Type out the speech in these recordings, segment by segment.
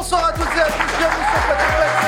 Bonsoir à toutes et à tous, bienvenue sur Plateau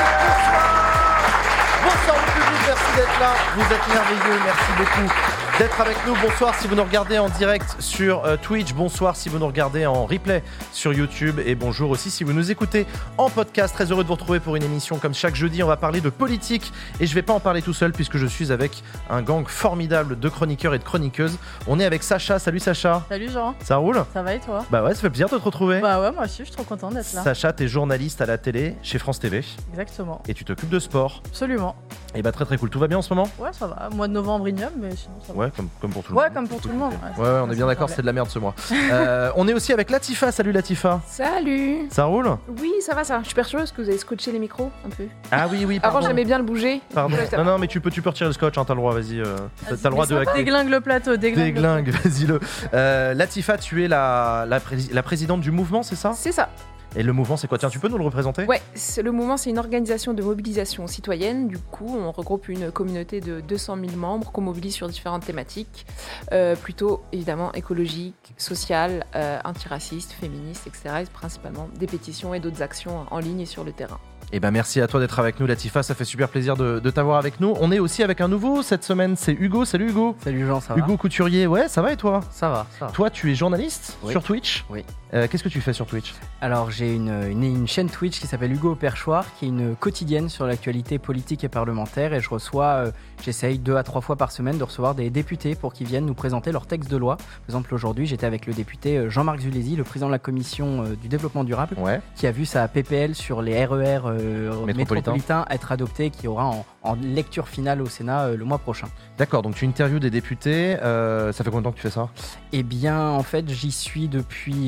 Classique. Bonsoir le public, merci d'être là, vous êtes merveilleux, merci beaucoup d'être avec nous. Bonsoir si vous nous regardez en direct sur Twitch, bonsoir si vous nous regardez en replay sur YouTube et bonjour aussi si vous nous écoutez en podcast. Très heureux de vous retrouver pour une émission comme chaque jeudi. On va parler de politique et je vais pas en parler tout seul puisque je suis avec un gang formidable de chroniqueurs et de chroniqueuses. On est avec Sacha. Salut Sacha. Salut Jean. Ça roule ? Ça va et toi ? Bah ouais, ça fait plaisir de te retrouver. Bah ouais, moi aussi, je suis trop contente d'être là. Sacha, t'es journaliste à la télé chez France TV. Exactement. Et tu t'occupes de sport. Absolument. Et bah très cool. Tout va bien en ce moment ? Ouais, ça va. Mois de novembre ignoble, mais sinon ça va. Ouais, comme pour tout le monde. Ouais, comme pour tout le monde. Ouais, on est bien d'accord, c'est de la merde ce mois. On est aussi avec Latifa. Salut Latifa. Salut. Ça roule ? Oui, ça va ça. Je suis persuadée parce que vous avez scotché les micros un peu. Ah oui, pardon. Avant, j'aimais bien le bouger. Pardon. Non, mais tu peux retirer le scotch, hein, t'as le droit, vas-y. T'as le droit de hacker. Déglingue le plateau, Déglingue, vas-y-le. Latifa, tu es la présidente du mouvement, c'est ça ? C'est ça. Et le mouvement, c'est quoi ? Tiens, tu peux nous le représenter ? Ouais, le mouvement, c'est une organisation de mobilisation citoyenne. Du coup, on regroupe une communauté de 200 000 membres qu'on mobilise sur différentes thématiques, plutôt évidemment écologiques, sociales, antiracistes, féministes, etc. Et principalement des pétitions et d'autres actions en ligne et sur le terrain. Eh ben merci à toi d'être avec nous Latifa, ça fait super plaisir de t'avoir avec nous. On est aussi avec un nouveau cette semaine, c'est Hugo. Salut Hugo. Salut Jean, ça va ? Hugo Couturier, ouais, ça va et toi ? Ça va. Toi, tu es journaliste Oui. sur Twitch ? Oui. Qu'est-ce que tu fais sur Twitch ? Alors j'ai une chaîne Twitch qui s'appelle Hugo au Perchoir, qui est une quotidienne sur l'actualité politique et parlementaire, et j'essaye 2 à 3 fois par semaine de recevoir des députés pour qu'ils viennent nous présenter leurs textes de loi. Par exemple aujourd'hui j'étais avec le député Jean-Marc Zulesi, le président de la commission du développement durable, Ouais. qui a vu sa PPL sur les RER métropolitains être adoptée, qui aura en lecture finale au Sénat le mois prochain. D'accord, donc tu interviews des députés, ça fait combien de temps que tu fais ça ? Eh bien, en fait, j'y suis depuis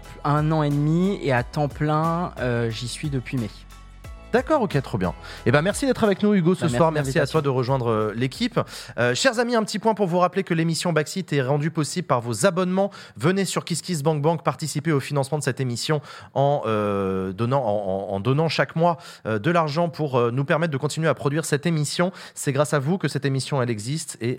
1 an et demi et à temps plein, j'y suis depuis mai. D'accord, ok, trop bien. Et ben merci d'être avec nous Hugo ce soir, merci à toi de rejoindre l'équipe. Chers amis, un petit point pour vous rappeler que l'émission Backseat est rendue possible par vos abonnements. Venez sur KissKissBankBank participer au financement de cette émission en donnant chaque mois de l'argent pour nous permettre de continuer à produire cette émission. C'est grâce à vous que cette émission elle existe et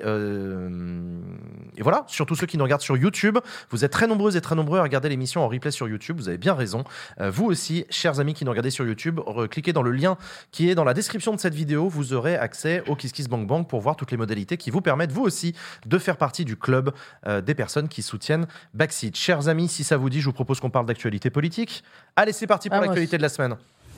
voilà, surtout ceux qui nous regardent sur YouTube, vous êtes très nombreuses et très nombreux à regarder l'émission en replay sur YouTube, vous avez bien raison. Vous aussi, chers amis qui nous regardez sur YouTube, cliquez dans le lien qui est dans la description de cette vidéo, vous aurez accès au KissKissBankBank pour voir toutes les modalités qui vous permettent, vous aussi, de faire partie du club des personnes qui soutiennent Backseat. Chers amis, si ça vous dit, je vous propose qu'on parle d'actualité politique. Allez, c'est parti pour l'actualité de la semaine.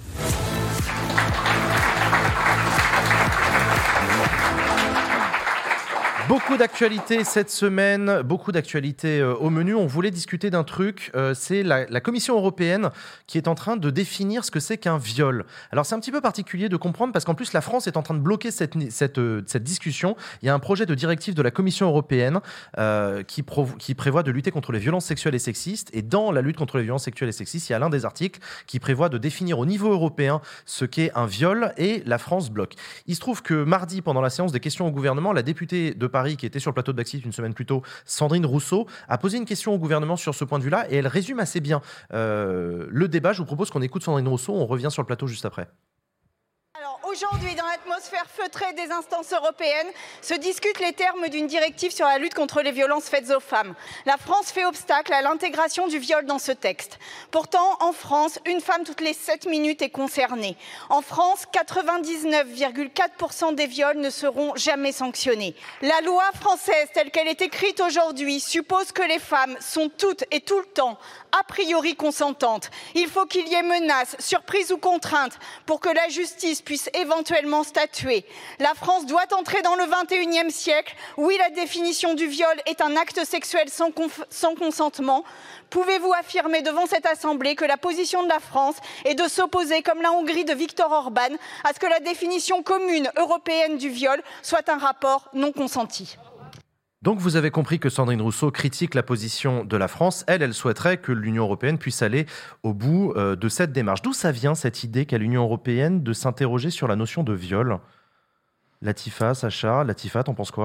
Beaucoup d'actualités cette semaine, beaucoup d'actualités au menu. On voulait discuter d'un truc, c'est la Commission européenne qui est en train de définir ce que c'est qu'un viol. Alors c'est un petit peu particulier de comprendre parce qu'en plus la France est en train de bloquer cette discussion. Il y a un projet de directive de la Commission européenne qui prévoit de lutter contre les violences sexuelles et sexistes. Et dans la lutte contre les violences sexuelles et sexistes, il y a l'un des articles qui prévoit de définir au niveau européen ce qu'est un viol et la France bloque. Il se trouve que mardi, pendant la séance des questions au gouvernement, la députée de Paris, qui était sur le plateau de Backseat une semaine plus tôt, Sandrine Rousseau, a posé une question au gouvernement sur ce point de vue-là et elle résume assez bien le débat. Je vous propose qu'on écoute Sandrine Rousseau, on revient sur le plateau juste après. Alors aujourd'hui, dans l'atmosphère feutrée des instances européennes, se discutent les termes d'une directive sur la lutte contre les violences faites aux femmes. La France fait obstacle à l'intégration du viol dans ce texte. Pourtant, en France, une femme toutes les 7 minutes est concernée. En France, 99,4% des viols ne seront jamais sanctionnés. La loi française, telle qu'elle est écrite aujourd'hui, suppose que les femmes sont toutes et tout le temps a priori consentantes. Il faut qu'il y ait menace, surprise ou contrainte pour que la justice puisse éventuellement statuer. La France doit entrer dans le 21e siècle. Oui, la définition du viol est un acte sexuel sans consentement. Pouvez-vous affirmer devant cette Assemblée que la position de la France est de s'opposer, comme la Hongrie de Viktor Orban, à ce que la définition commune européenne du viol soit un rapport non consenti ? Donc vous avez compris que Sandrine Rousseau critique la position de la France. Elle souhaiterait que l'Union européenne puisse aller au bout de cette démarche. D'où ça vient cette idée qu'a l'Union européenne de s'interroger sur la notion de viol ? Latifa, Sacha, Latifa, t'en penses quoi ?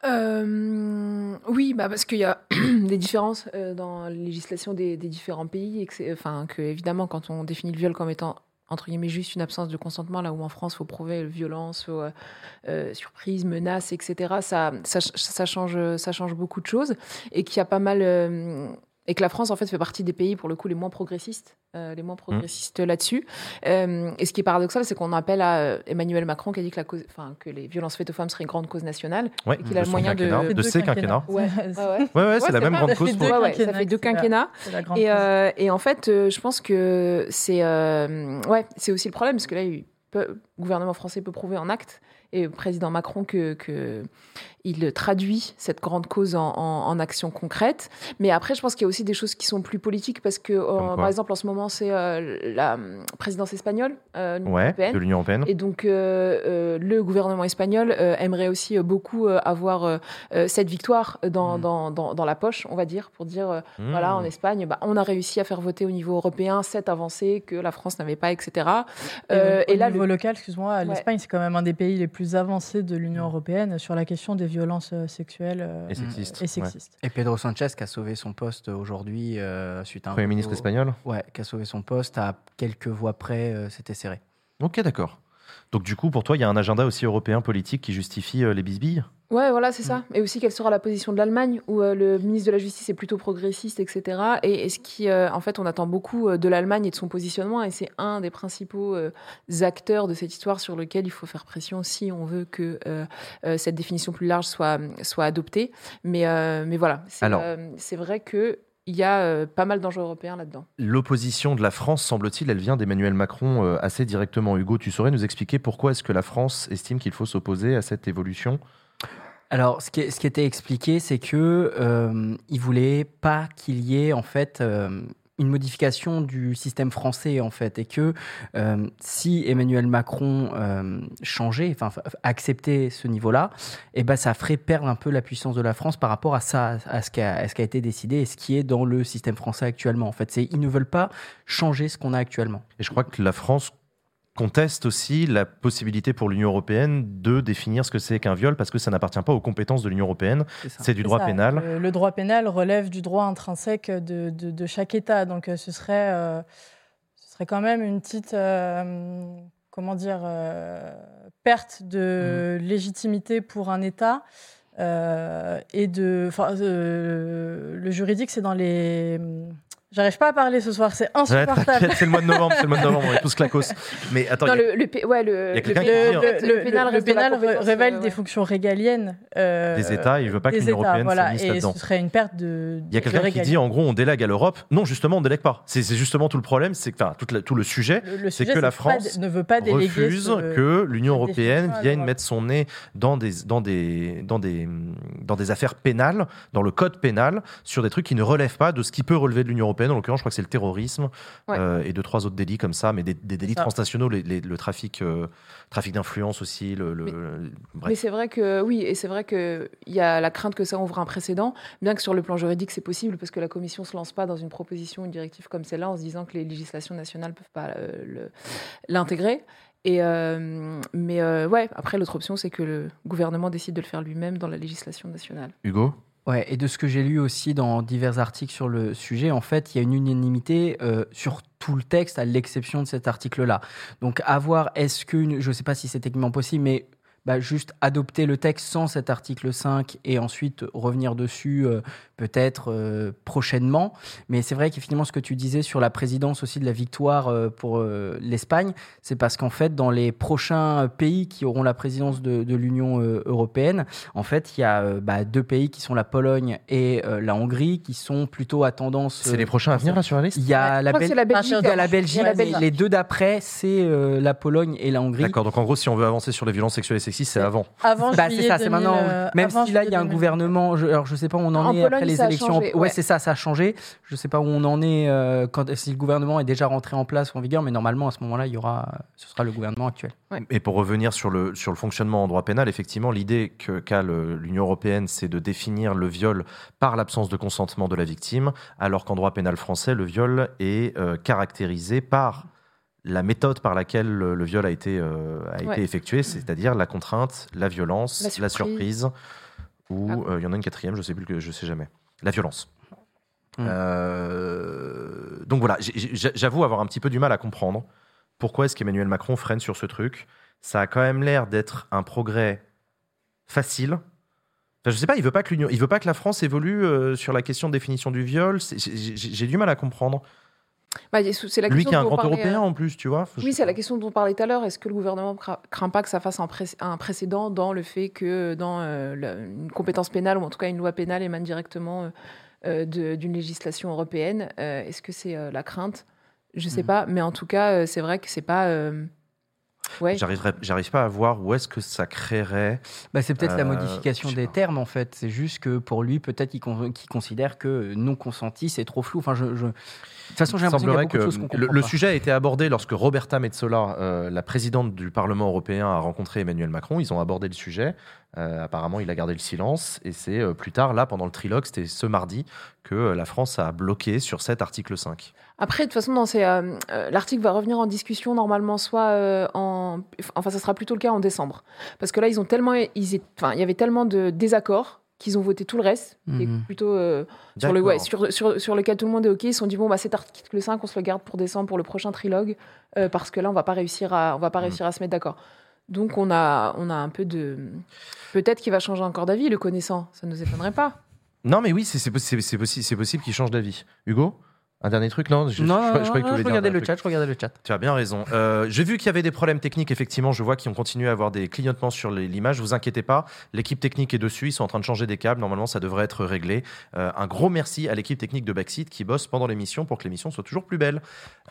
Oui, parce qu'il y a des différences dans la législation des différents pays. Et que évidemment, quand on définit le viol comme étant entre guillemets juste une absence de consentement, là où en France il faut prouver violence, surprise, menace, etc. Ça change beaucoup de choses et qu'il y a pas mal Et que la France, en fait, fait partie des pays, pour le coup, les moins progressistes là-dessus. Et ce qui est paradoxal, c'est qu'on appelle à Emmanuel Macron qui a dit que les violences faites aux femmes seraient une grande cause nationale. Ouais, et qu'il a le moyen de ses quinquennats. Ouais, c'est la même grande cause. Ça fait 2 quinquennats. Et en fait, je pense que c'est aussi le problème, parce que là, le gouvernement français peut prouver en acte, et le président Macron il traduit cette grande cause en actions concrètes. Mais après, je pense qu'il y a aussi des choses qui sont plus politiques, parce que, par exemple, en ce moment, c'est la présidence espagnole de l'Union européenne. Et donc, le gouvernement espagnol aimerait aussi beaucoup avoir cette victoire dans la poche, on va dire, pour dire, voilà, en Espagne, on a réussi à faire voter au niveau européen cette avancée que la France n'avait pas, etc. Et là, au niveau local, excuse-moi, l'Espagne, c'est quand même un des pays les plus avancés de l'Union européenne sur la question des violences sexuelles et sexistes. Et Pedro Sánchez qui a sauvé son poste aujourd'hui suite à un Premier ministre espagnol. Ouais, qui a sauvé son poste à quelques voix près, c'était serré. Ok, d'accord. Donc du coup, pour toi, il y a un agenda aussi européen politique qui justifie les bisbilles ? Ouais, voilà, c'est ça. Et aussi, quelle sera la position de l'Allemagne, où le ministre de la Justice est plutôt progressiste, etc. Et ce qui, en fait, on attend beaucoup de l'Allemagne et de son positionnement, et c'est un des principaux acteurs de cette histoire sur lequel il faut faire pression si on veut que cette définition plus large soit adoptée. Mais voilà, c'est vrai que il y a pas mal d'enjeux européens là-dedans. L'opposition de la France, semble-t-il, elle vient d'Emmanuel Macron assez directement. Hugo, tu saurais nous expliquer pourquoi est-ce que la France estime qu'il faut s'opposer à cette évolution ? Alors, ce qui était expliqué, c'est que il voulait pas qu'il y ait en fait une modification du système français en fait, et que si Emmanuel Macron changeait, acceptait ce niveau-là, et ça ferait perdre un peu la puissance de la France par rapport à ça, à ce qui a été décidé et ce qui est dans le système français actuellement. En fait, ils ne veulent pas changer ce qu'on a actuellement. Et je crois que la France conteste aussi la possibilité pour l'Union européenne de définir ce que c'est qu'un viol, parce que ça n'appartient pas aux compétences de l'Union européenne, c'est du droit pénal. Le droit pénal relève du droit intrinsèque de chaque État, donc ce serait quand même une petite perte de légitimité pour un État, et le juridique, c'est dans les... J'arrive pas à parler ce soir, c'est insupportable. C'est le mois de novembre, on est tous clacos. Mais attends, le pénal révèle des fonctions régaliennes des États. Il veut pas que l'Union européenne s'immisce là-dedans. Et ce serait une perte de. Il y a quelqu'un qui dit en gros on délègue à l'Europe. Non, justement on délègue pas. C'est justement tout le problème, c'est que tout le sujet, c'est que la France ne veut pas refuse que l'Union européenne vienne mettre son nez dans des affaires pénales, dans le code pénal, sur des trucs qui ne relèvent pas de ce qui peut relever de l'Union européenne. En l'occurrence, je crois que c'est le terrorisme et 2-3 autres délits comme ça, mais des délits transnationaux, le trafic d'influence aussi. Mais c'est vrai que et c'est vrai qu'il y a la crainte que ça ouvre un précédent, bien que sur le plan juridique c'est possible, parce que la Commission ne se lance pas dans une proposition, une directive comme celle-là, en se disant que les législations nationales ne peuvent pas l'intégrer. Après l'autre option, c'est que le gouvernement décide de le faire lui-même dans la législation nationale. Hugo ? Ouais, et de ce que j'ai lu aussi dans divers articles sur le sujet, en fait, il y a une unanimité sur tout le texte, à l'exception de cet article-là. Donc, à voir, je ne sais pas si c'est techniquement possible, mais juste adopter le texte sans cet article 5 et ensuite revenir dessus peut-être prochainement. Mais c'est vrai qu'effectivement, ce que tu disais sur la présidence aussi de la victoire pour l'Espagne, c'est parce qu'en fait, dans les prochains pays qui auront la présidence de l'Union européenne, en fait, il y a 2 pays qui sont la Pologne et la Hongrie qui sont plutôt à tendance... C'est les prochains à venir là sur la liste ? Il y a la Belgique, les 2 d'après, c'est la Pologne et la Hongrie. D'accord, donc en gros, si on veut avancer sur les violences sexuelles et sexistes, c'est avant. C'est ça, c'est maintenant. Même si là, il y a un gouvernement, alors je sais pas où on en est Pologne, après les élections. Ouais, c'est ça a changé. Je sais pas où on en est si le gouvernement est déjà rentré en place ou en vigueur, mais normalement, à ce moment-là, ce sera le gouvernement actuel. Ouais. Et pour revenir sur le fonctionnement en droit pénal, effectivement, l'idée qu'a l'Union européenne, c'est de définir le viol par l'absence de consentement de la victime, alors qu'en droit pénal français, le viol est caractérisé par la méthode par laquelle le viol a été effectué, c'est-à-dire la contrainte, la violence, la surprise, ou il y en a une quatrième, je sais jamais. La violence. Donc voilà, j'avoue avoir un petit peu du mal à comprendre pourquoi est-ce qu'Emmanuel Macron freine sur ce truc. Ça a quand même l'air d'être un progrès facile. Enfin, je sais pas, il veut pas que la France évolue sur la question de définition du viol. J'ai du mal à comprendre. Bah, c'est la Lui question qui est un dont on grand parlait, européen en plus, tu vois. Oui, c'est la question dont on parlait tout à l'heure. Est-ce que le gouvernement craint pas que ça fasse un précédent dans le fait que dans une compétence pénale, ou en tout cas une loi pénale émane directement d'une législation européenne? Est-ce que c'est la crainte? Je sais pas, mais en tout cas, c'est vrai que c'est pas... Ouais. J'arrive pas à voir où est-ce que ça créerait. C'est peut-être la modification des termes, en fait. C'est juste que pour lui, peut-être qu'il considère que non consenti, c'est trop flou. Enfin, de toute façon, j'ai l'impression qu'il y a beaucoup de choses qu'on comprend le pas. sujet a été abordé lorsque Roberta Metsola, la présidente du Parlement européen, a rencontré Emmanuel Macron. Ils ont abordé le sujet. Apparemment, il a gardé le silence. Et c'est plus tard, là, pendant le trilogue, c'était ce mardi, que la France a bloqué sur cet article 5. Après, de toute façon, l'article va revenir en discussion normalement, soit enfin, ça sera plutôt le cas en décembre, parce que là, il y avait tellement de désaccords qu'ils ont voté tout le reste, qui est plutôt sur lequel tout le monde est ok. Ils se sont dit bon, cet article 5, on se le garde pour décembre pour le prochain trilogue, parce que là, on va pas réussir à se mettre d'accord. Donc, on a un peu de... Peut-être qu'il va changer encore d'avis, le connaissant. Ça ne nous étonnerait pas. Non, mais oui, c'est possible qu'il change d'avis. Hugo, un dernier truc, non? Je regardais le chat. Tu as bien raison. J'ai vu qu'il y avait des problèmes techniques, effectivement. Je vois qu'ils ont continué à avoir des clignotements sur l'image. Vous inquiétez pas, l'équipe technique est dessus. Ils sont en train de changer des câbles. Normalement, ça devrait être réglé. Un gros merci à l'équipe technique de Backseat qui bosse pendant l'émission pour que l'émission soit toujours plus belle.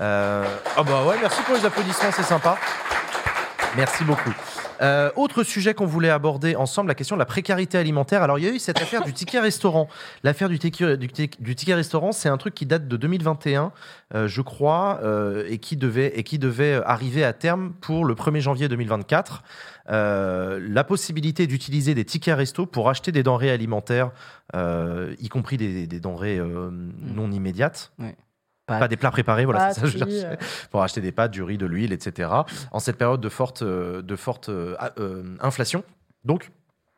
Merci pour les applaudissements, c'est sympa. Merci beaucoup. Autre sujet qu'on voulait aborder ensemble, la question de la précarité alimentaire. Alors, il y a eu cette affaire du ticket restaurant. L'affaire du ticket restaurant, c'est un truc qui date de 2021, je crois, et qui devait arriver à terme pour le 1er janvier 2024. La possibilité d'utiliser des tickets resto pour acheter des denrées alimentaires, y compris des denrées non immédiates. Ouais. Pas des plats préparés, voilà, c'est ça que je cherchais. Pour acheter des pâtes, du riz, de l'huile, etc. En cette période de forte inflation. Donc,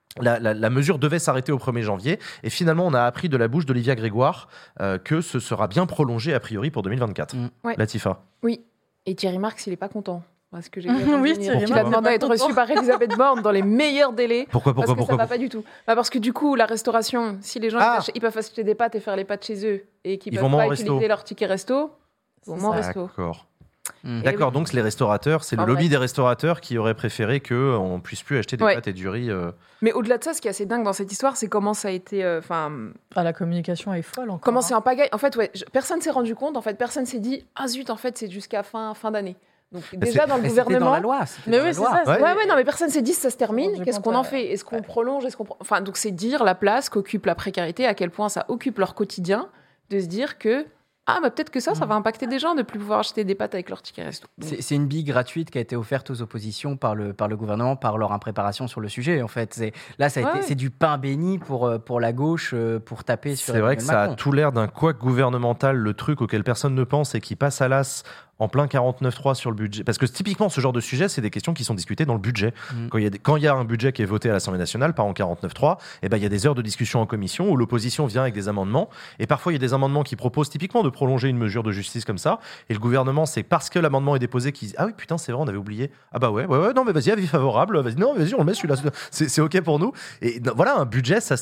la mesure devait s'arrêter au 1er janvier. Et finalement, on a appris de la bouche d'Olivia Grégoire que ce sera bien prolongé, a priori, pour 2024. Ouais. Latifa. Oui. Et Thierry Marx, il n'est pas content. Parce que j'ai il a demandé à être reçu par Elisabeth Borne dans les meilleurs délais. Pourquoi ça va pas du tout. Parce que du coup, la restauration, si les gens ils peuvent acheter des pâtes et faire les pâtes chez eux et qu'ils peuvent pas utiliser leur ticket resto, ils vont au resto. D'accord, donc les restaurateurs, c'est le lobby des restaurateurs qui aurait préféré qu'on puisse plus acheter des pâtes et du riz. Mais au-delà de ça, ce qui est assez dingue dans cette histoire, c'est comment ça a été. La communication est folle encore. Comment c'est en pagaille. En fait, personne s'est rendu compte. En fait, personne s'est dit zut, en fait, c'est jusqu'à fin d'année. Donc déjà dans le gouvernement, dans la loi. Mais oui, c'est ça. Non, mais personne s'est dit ça se termine. Qu'est-ce qu'on en fait? Est-ce qu'on prolonge? Enfin, donc c'est dire la place qu'occupe la précarité, à quel point ça occupe leur quotidien, de se dire que peut-être que ça va impacter des gens de plus pouvoir acheter des pâtes avec leur ticket resto. C'est une bille gratuite qui a été offerte aux oppositions par le gouvernement, par leur impréparation sur le sujet. En fait, c'est du pain béni pour la gauche, pour taper sur. C'est vrai que ça a tout l'air d'un couac gouvernemental, le truc auquel personne ne pense et qui passe à l'as en plein 49.3 sur le budget. Parce que typiquement, ce genre de sujet, c'est des questions qui sont discutées dans le budget. Quand il y a un budget qui est voté à l'Assemblée nationale, pas en 49.3, il y a des heures de discussion en commission où l'opposition vient avec des amendements. Et parfois, il y a des amendements qui proposent typiquement de prolonger une mesure de justice comme ça. Et le gouvernement, c'est parce que l'amendement est déposé qu'ils disent « Ah oui, putain, c'est vrai, on avait oublié. Ah bah ouais, non, mais vas-y, avis favorable. Vas-y, on le met celui-là. C'est OK pour nous. » Et voilà, un budget, ça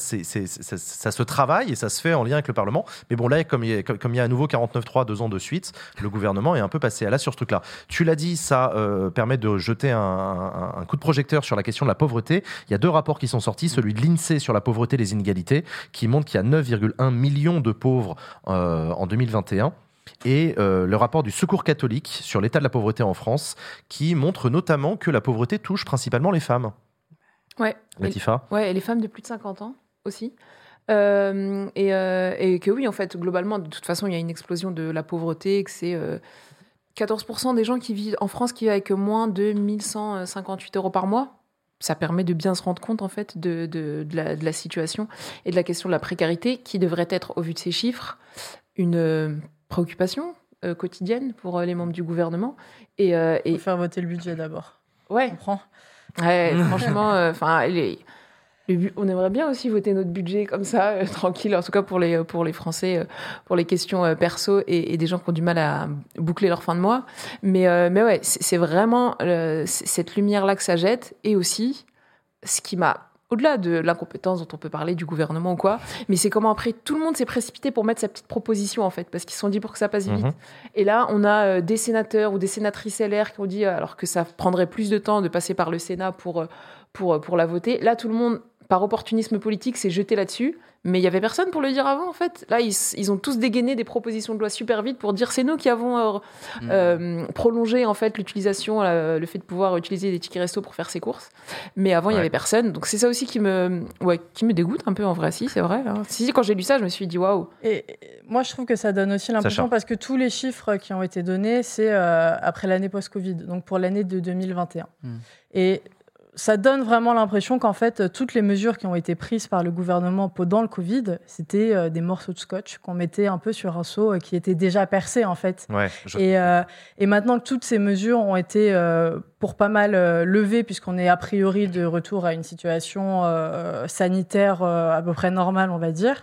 se travaille et ça se fait en lien avec le Parlement. Mais bon, là, comme il y a à nouveau 49.3 2 ans de suite, le gouvernement est un peu passé à l'as sur ce truc-là. Tu l'as dit, ça permet de jeter un coup de projecteur sur la question de la pauvreté. Il y a 2 rapports qui sont sortis, celui de l'INSEE sur la pauvreté et les inégalités, qui montre qu'il y a 9,1 millions de pauvres en 2021. Et le rapport du Secours catholique sur l'état de la pauvreté en France, qui montre notamment que la pauvreté touche principalement les femmes. Ouais. Latifa. Et les femmes de plus de 50 ans aussi. Et que oui, en fait, globalement, de toute façon, il y a une explosion de la pauvreté, que c'est 14% des gens qui vivent en France qui vivent avec moins de 1158 € par mois. Ça permet de bien se rendre compte, en fait, de la situation et de la question de la précarité, qui devrait être, au vu de ces chiffres, une préoccupation quotidienne pour les membres du gouvernement. Et faut faire voter le budget d'abord. Ouais. On comprend. Ouais, franchement, on aimerait bien aussi voter notre budget comme ça, tranquille, en tout cas pour les Français, pour les questions perso et des gens qui ont du mal à boucler leur fin de mois. Mais ouais, c'est vraiment cette lumière-là que ça jette. Et aussi, ce qui m'a au-delà de l'incompétence dont on peut parler du gouvernement ou quoi, mais c'est comment après tout le monde s'est précipité pour mettre sa petite proposition en fait, parce qu'ils se sont dit pour que ça passe vite. Et là, on a des sénateurs ou des sénatrices LR qui ont dit, alors que ça prendrait plus de temps de passer par le Sénat pour la voter. Là, tout le monde, par opportunisme politique, s'est jeté là-dessus. Mais il n'y avait personne pour le dire avant, en fait. Là, ils ont tous dégainé des propositions de loi super vite pour dire c'est nous qui avons prolongé, en fait, l'utilisation, le fait de pouvoir utiliser des tickets resto pour faire ses courses. Mais avant, il n'y avait personne. Donc, c'est ça aussi qui me dégoûte un peu, en vrai. Si, c'est vrai. Hein. Si, quand j'ai lu ça, je me suis dit waouh. Et moi, je trouve que ça donne aussi l'impression, parce que tous les chiffres qui ont été donnés, c'est après l'année post-Covid, donc pour l'année de 2021. Et ça donne vraiment l'impression qu'en fait, toutes les mesures qui ont été prises par le gouvernement pendant le Covid, c'était des morceaux de scotch qu'on mettait un peu sur un seau qui était déjà percé, en fait. Ouais, et maintenant que toutes ces mesures ont été pour pas mal levées, puisqu'on est a priori de retour à une situation sanitaire à peu près normale, on va dire,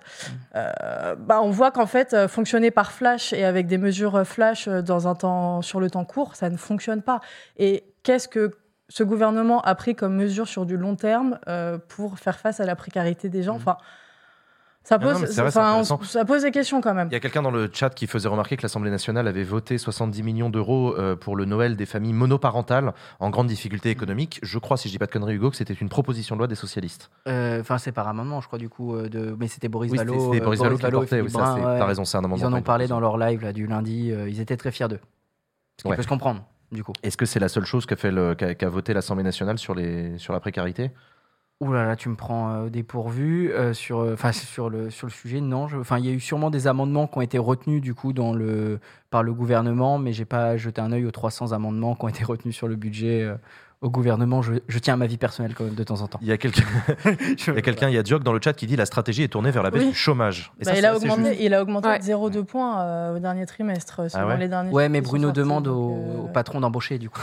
on voit qu'en fait, fonctionner par flash et avec des mesures flash sur le temps court, ça ne fonctionne pas. Et qu'est-ce que ce gouvernement a pris comme mesure sur du long terme pour faire face à la précarité des gens. Enfin, ça pose des questions quand même. Il y a quelqu'un dans le chat qui faisait remarquer que l'Assemblée nationale avait voté 70 millions d'euros pour le Noël des familles monoparentales en grande difficulté économique. Je crois, si je dis pas de conneries, Hugo, que c'était une proposition de loi des socialistes. Enfin, c'est par amendement, je crois, du coup. Mais c'était Boris Vallaud. C'était Boris Vallaud qui portait. Brun, t'as raison, c'est un amendement. Ils en ont parlé dans leur live là, du lundi. Ils étaient très fiers d'eux. Ce qui peut se comprendre. Du coup. Est-ce que c'est la seule chose qu'a voté l'Assemblée nationale sur la précarité ? Ouh là là, tu me prends au dépourvu sur le sujet. Non, il y a eu sûrement des amendements qui ont été retenus du coup par le gouvernement, mais j'ai pas jeté un œil aux 300 amendements qui ont été retenus sur le budget. Au gouvernement, je tiens à ma vie personnelle quand même de temps en temps. Il y a quelqu'un, il y a Diog dans le chat qui dit la stratégie est tournée vers la baisse du chômage. Et il a augmenté de 0,2 points au dernier trimestre. Les derniers mais Bruno demande au patron d'embaucher du coup.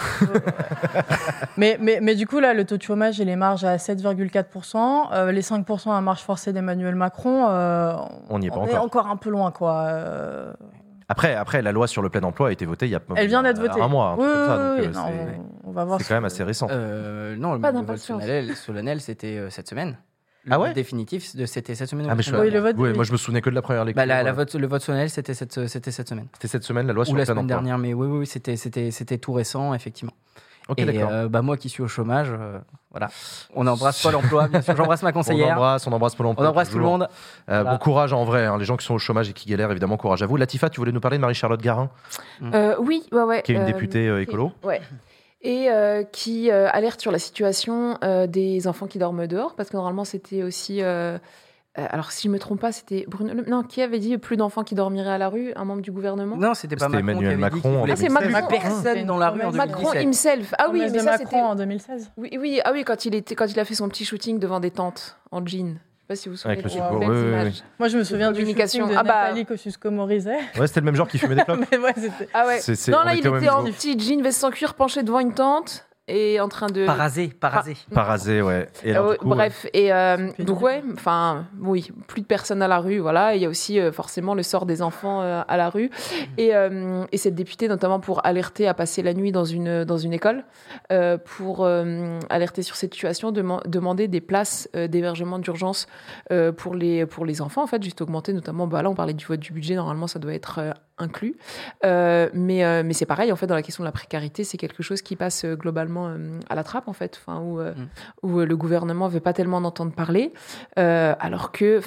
mais du coup là, le taux de chômage et les marges à 7,4%, les 5% à marge forcée d'Emmanuel Macron, on n'y est pas est encore un peu loin quoi. Après, la loi sur le plein emploi a été votée il y a Elle vient d'être votée. Un mois. On va voir. C'est quand même assez récent. Non, le vote solennel, c'était cette semaine. Le vote définitif, c'était cette semaine. Moi, je me souvenais que de la première lecture. Le vote solennel, c'était cette semaine. C'était cette semaine, la loi sur le plein emploi. Ou la semaine dernière, mais oui, c'était tout récent, effectivement. Okay, et moi qui suis au chômage, voilà. On embrasse Pôle emploi, bien sûr. J'embrasse ma conseillère. On embrasse Pôle emploi. On embrasse tout le monde. Bon courage en vrai. Les gens qui sont au chômage et qui galèrent, évidemment, courage à vous. Latifa, tu voulais nous parler de Marie-Charlotte Garin ? Oui. Qui est une députée écolo. Ouais. Et qui alerte sur la situation des enfants qui dorment dehors, parce que normalement, c'était aussi... alors, si je ne me trompe pas, c'était Bruno... Non, qui avait dit plus d'enfants qui dormiraient à la rue, un membre du gouvernement ? Non, c'était pas Macron. Emmanuel Macron. C'est Macron. Personne dans la rue en 2017. Macron himself. Ah oui, mais ça Macron c'était en 2016. Oui, quand il a fait son petit shooting devant des tentes en jean. Je sais pas si vous vous souvenez de images. Moi, je me souviens du shooting de Nathalie Kosciusko-Morizet. Ouais, c'était le même genre qui fumait des clopes. Non, là, il était en petit jean, veste sans cuir, penché devant une tente. Et en train de... Parasé, ouais. Et alors, bref, donc oui, plus de personnes à la rue, voilà. Il y a aussi forcément le sort des enfants à la rue. Et cette députée, notamment pour alerter à passer la nuit dans une école, pour alerter sur cette situation, demander des places d'hébergement d'urgence pour les enfants, en fait, juste augmenter notamment, là on parlait du vote du budget, normalement ça doit être inclus. Mais c'est pareil, en fait, dans la question de la précarité, c'est quelque chose qui passe globalement à la trappe, en fait, où le gouvernement ne veut pas tellement en entendre parler, alors que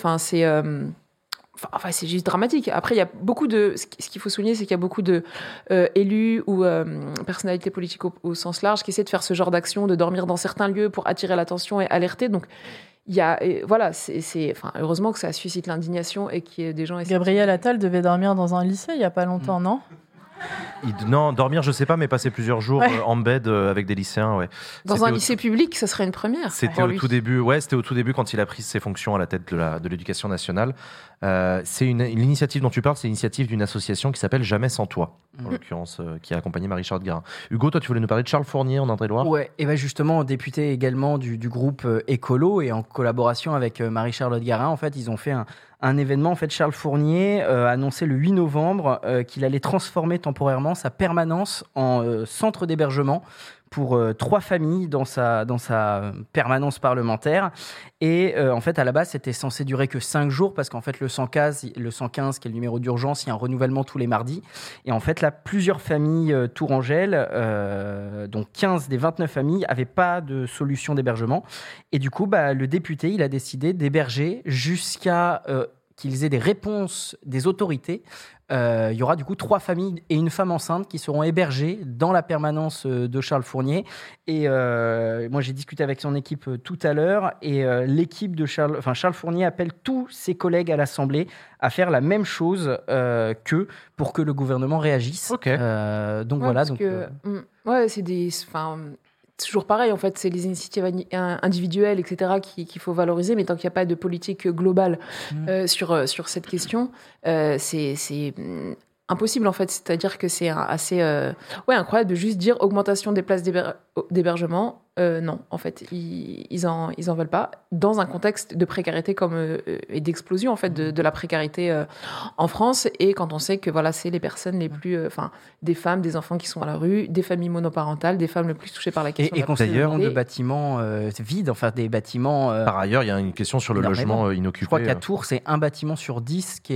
c'est juste dramatique. Après, il y a beaucoup de... Ce qu'il faut souligner, c'est qu'il y a beaucoup de élus ou personnalités politiques au sens large qui essaient de faire ce genre d'action, de dormir dans certains lieux pour attirer l'attention et alerter. Donc, il y a... heureusement que ça suscite l'indignation et qu'il y ait des gens... Gabriel Attal devait dormir dans un lycée il n'y a pas longtemps, non ? Non, dormir, je sais pas, mais passer plusieurs jours en bed avec des lycéens, ouais. Dans un lycée public, ça serait une première. C'était au tout début, quand il a pris ses fonctions à la tête de l'éducation nationale. C'est l'initiative dont tu parles, c'est l'initiative d'une association qui s'appelle Jamais sans toi, en l'occurrence, qui a accompagné Marie-Charlotte Garin. Hugo, toi, tu voulais nous parler de Charles Fournier en Indre-et-Loire ? Ouais, et justement, député également du groupe Écolo, et en collaboration avec Marie-Charlotte Garin, en fait, ils ont fait un événement. En fait, Charles Fournier a annoncé le 8 novembre qu'il allait transformer temporairement sa permanence en centre d'hébergement pour 3 familles dans sa permanence parlementaire. Et en fait, à la base, c'était censé durer que 5 jours parce qu'en fait, le 115, qui est le numéro d'urgence, il y a un renouvellement tous les mardis. Et en fait, là, plusieurs familles tourangelles, donc 15 des 29 familles, n'avaient pas de solution d'hébergement. Et du coup, le député, il a décidé d'héberger jusqu'à qu'ils aient des réponses des autorités. Il y aura du coup 3 familles et une femme enceinte qui seront hébergées dans la permanence de Charles Fournier. Et moi, j'ai discuté avec son équipe tout à l'heure. Et l'équipe de Charles Fournier appelle tous ses collègues à l'Assemblée à faire la même chose qu'eux pour que le gouvernement réagisse. Okay. Donc voilà. C'est toujours pareil, en fait, c'est les initiatives individuelles, etc., qu'il faut valoriser, mais tant qu'il n'y a pas de politique globale sur cette question, c'est impossible, en fait. C'est-à-dire que c'est assez incroyable de juste dire augmentation des places d'hébergement. Non, en fait, ils en veulent pas. Dans un contexte de précarité et d'explosion, en fait, de la précarité en France. Et quand on sait que voilà, c'est les personnes les plus... des femmes, des enfants qui sont à la rue, des familles monoparentales, des femmes les plus touchées par la question et d'ailleurs, de batimments vides, enfin des bâtiments... Par ailleurs, il y a une question sur le logement inoccupé. Je crois qu'à Tours, c'est un bâtiment sur 10 qui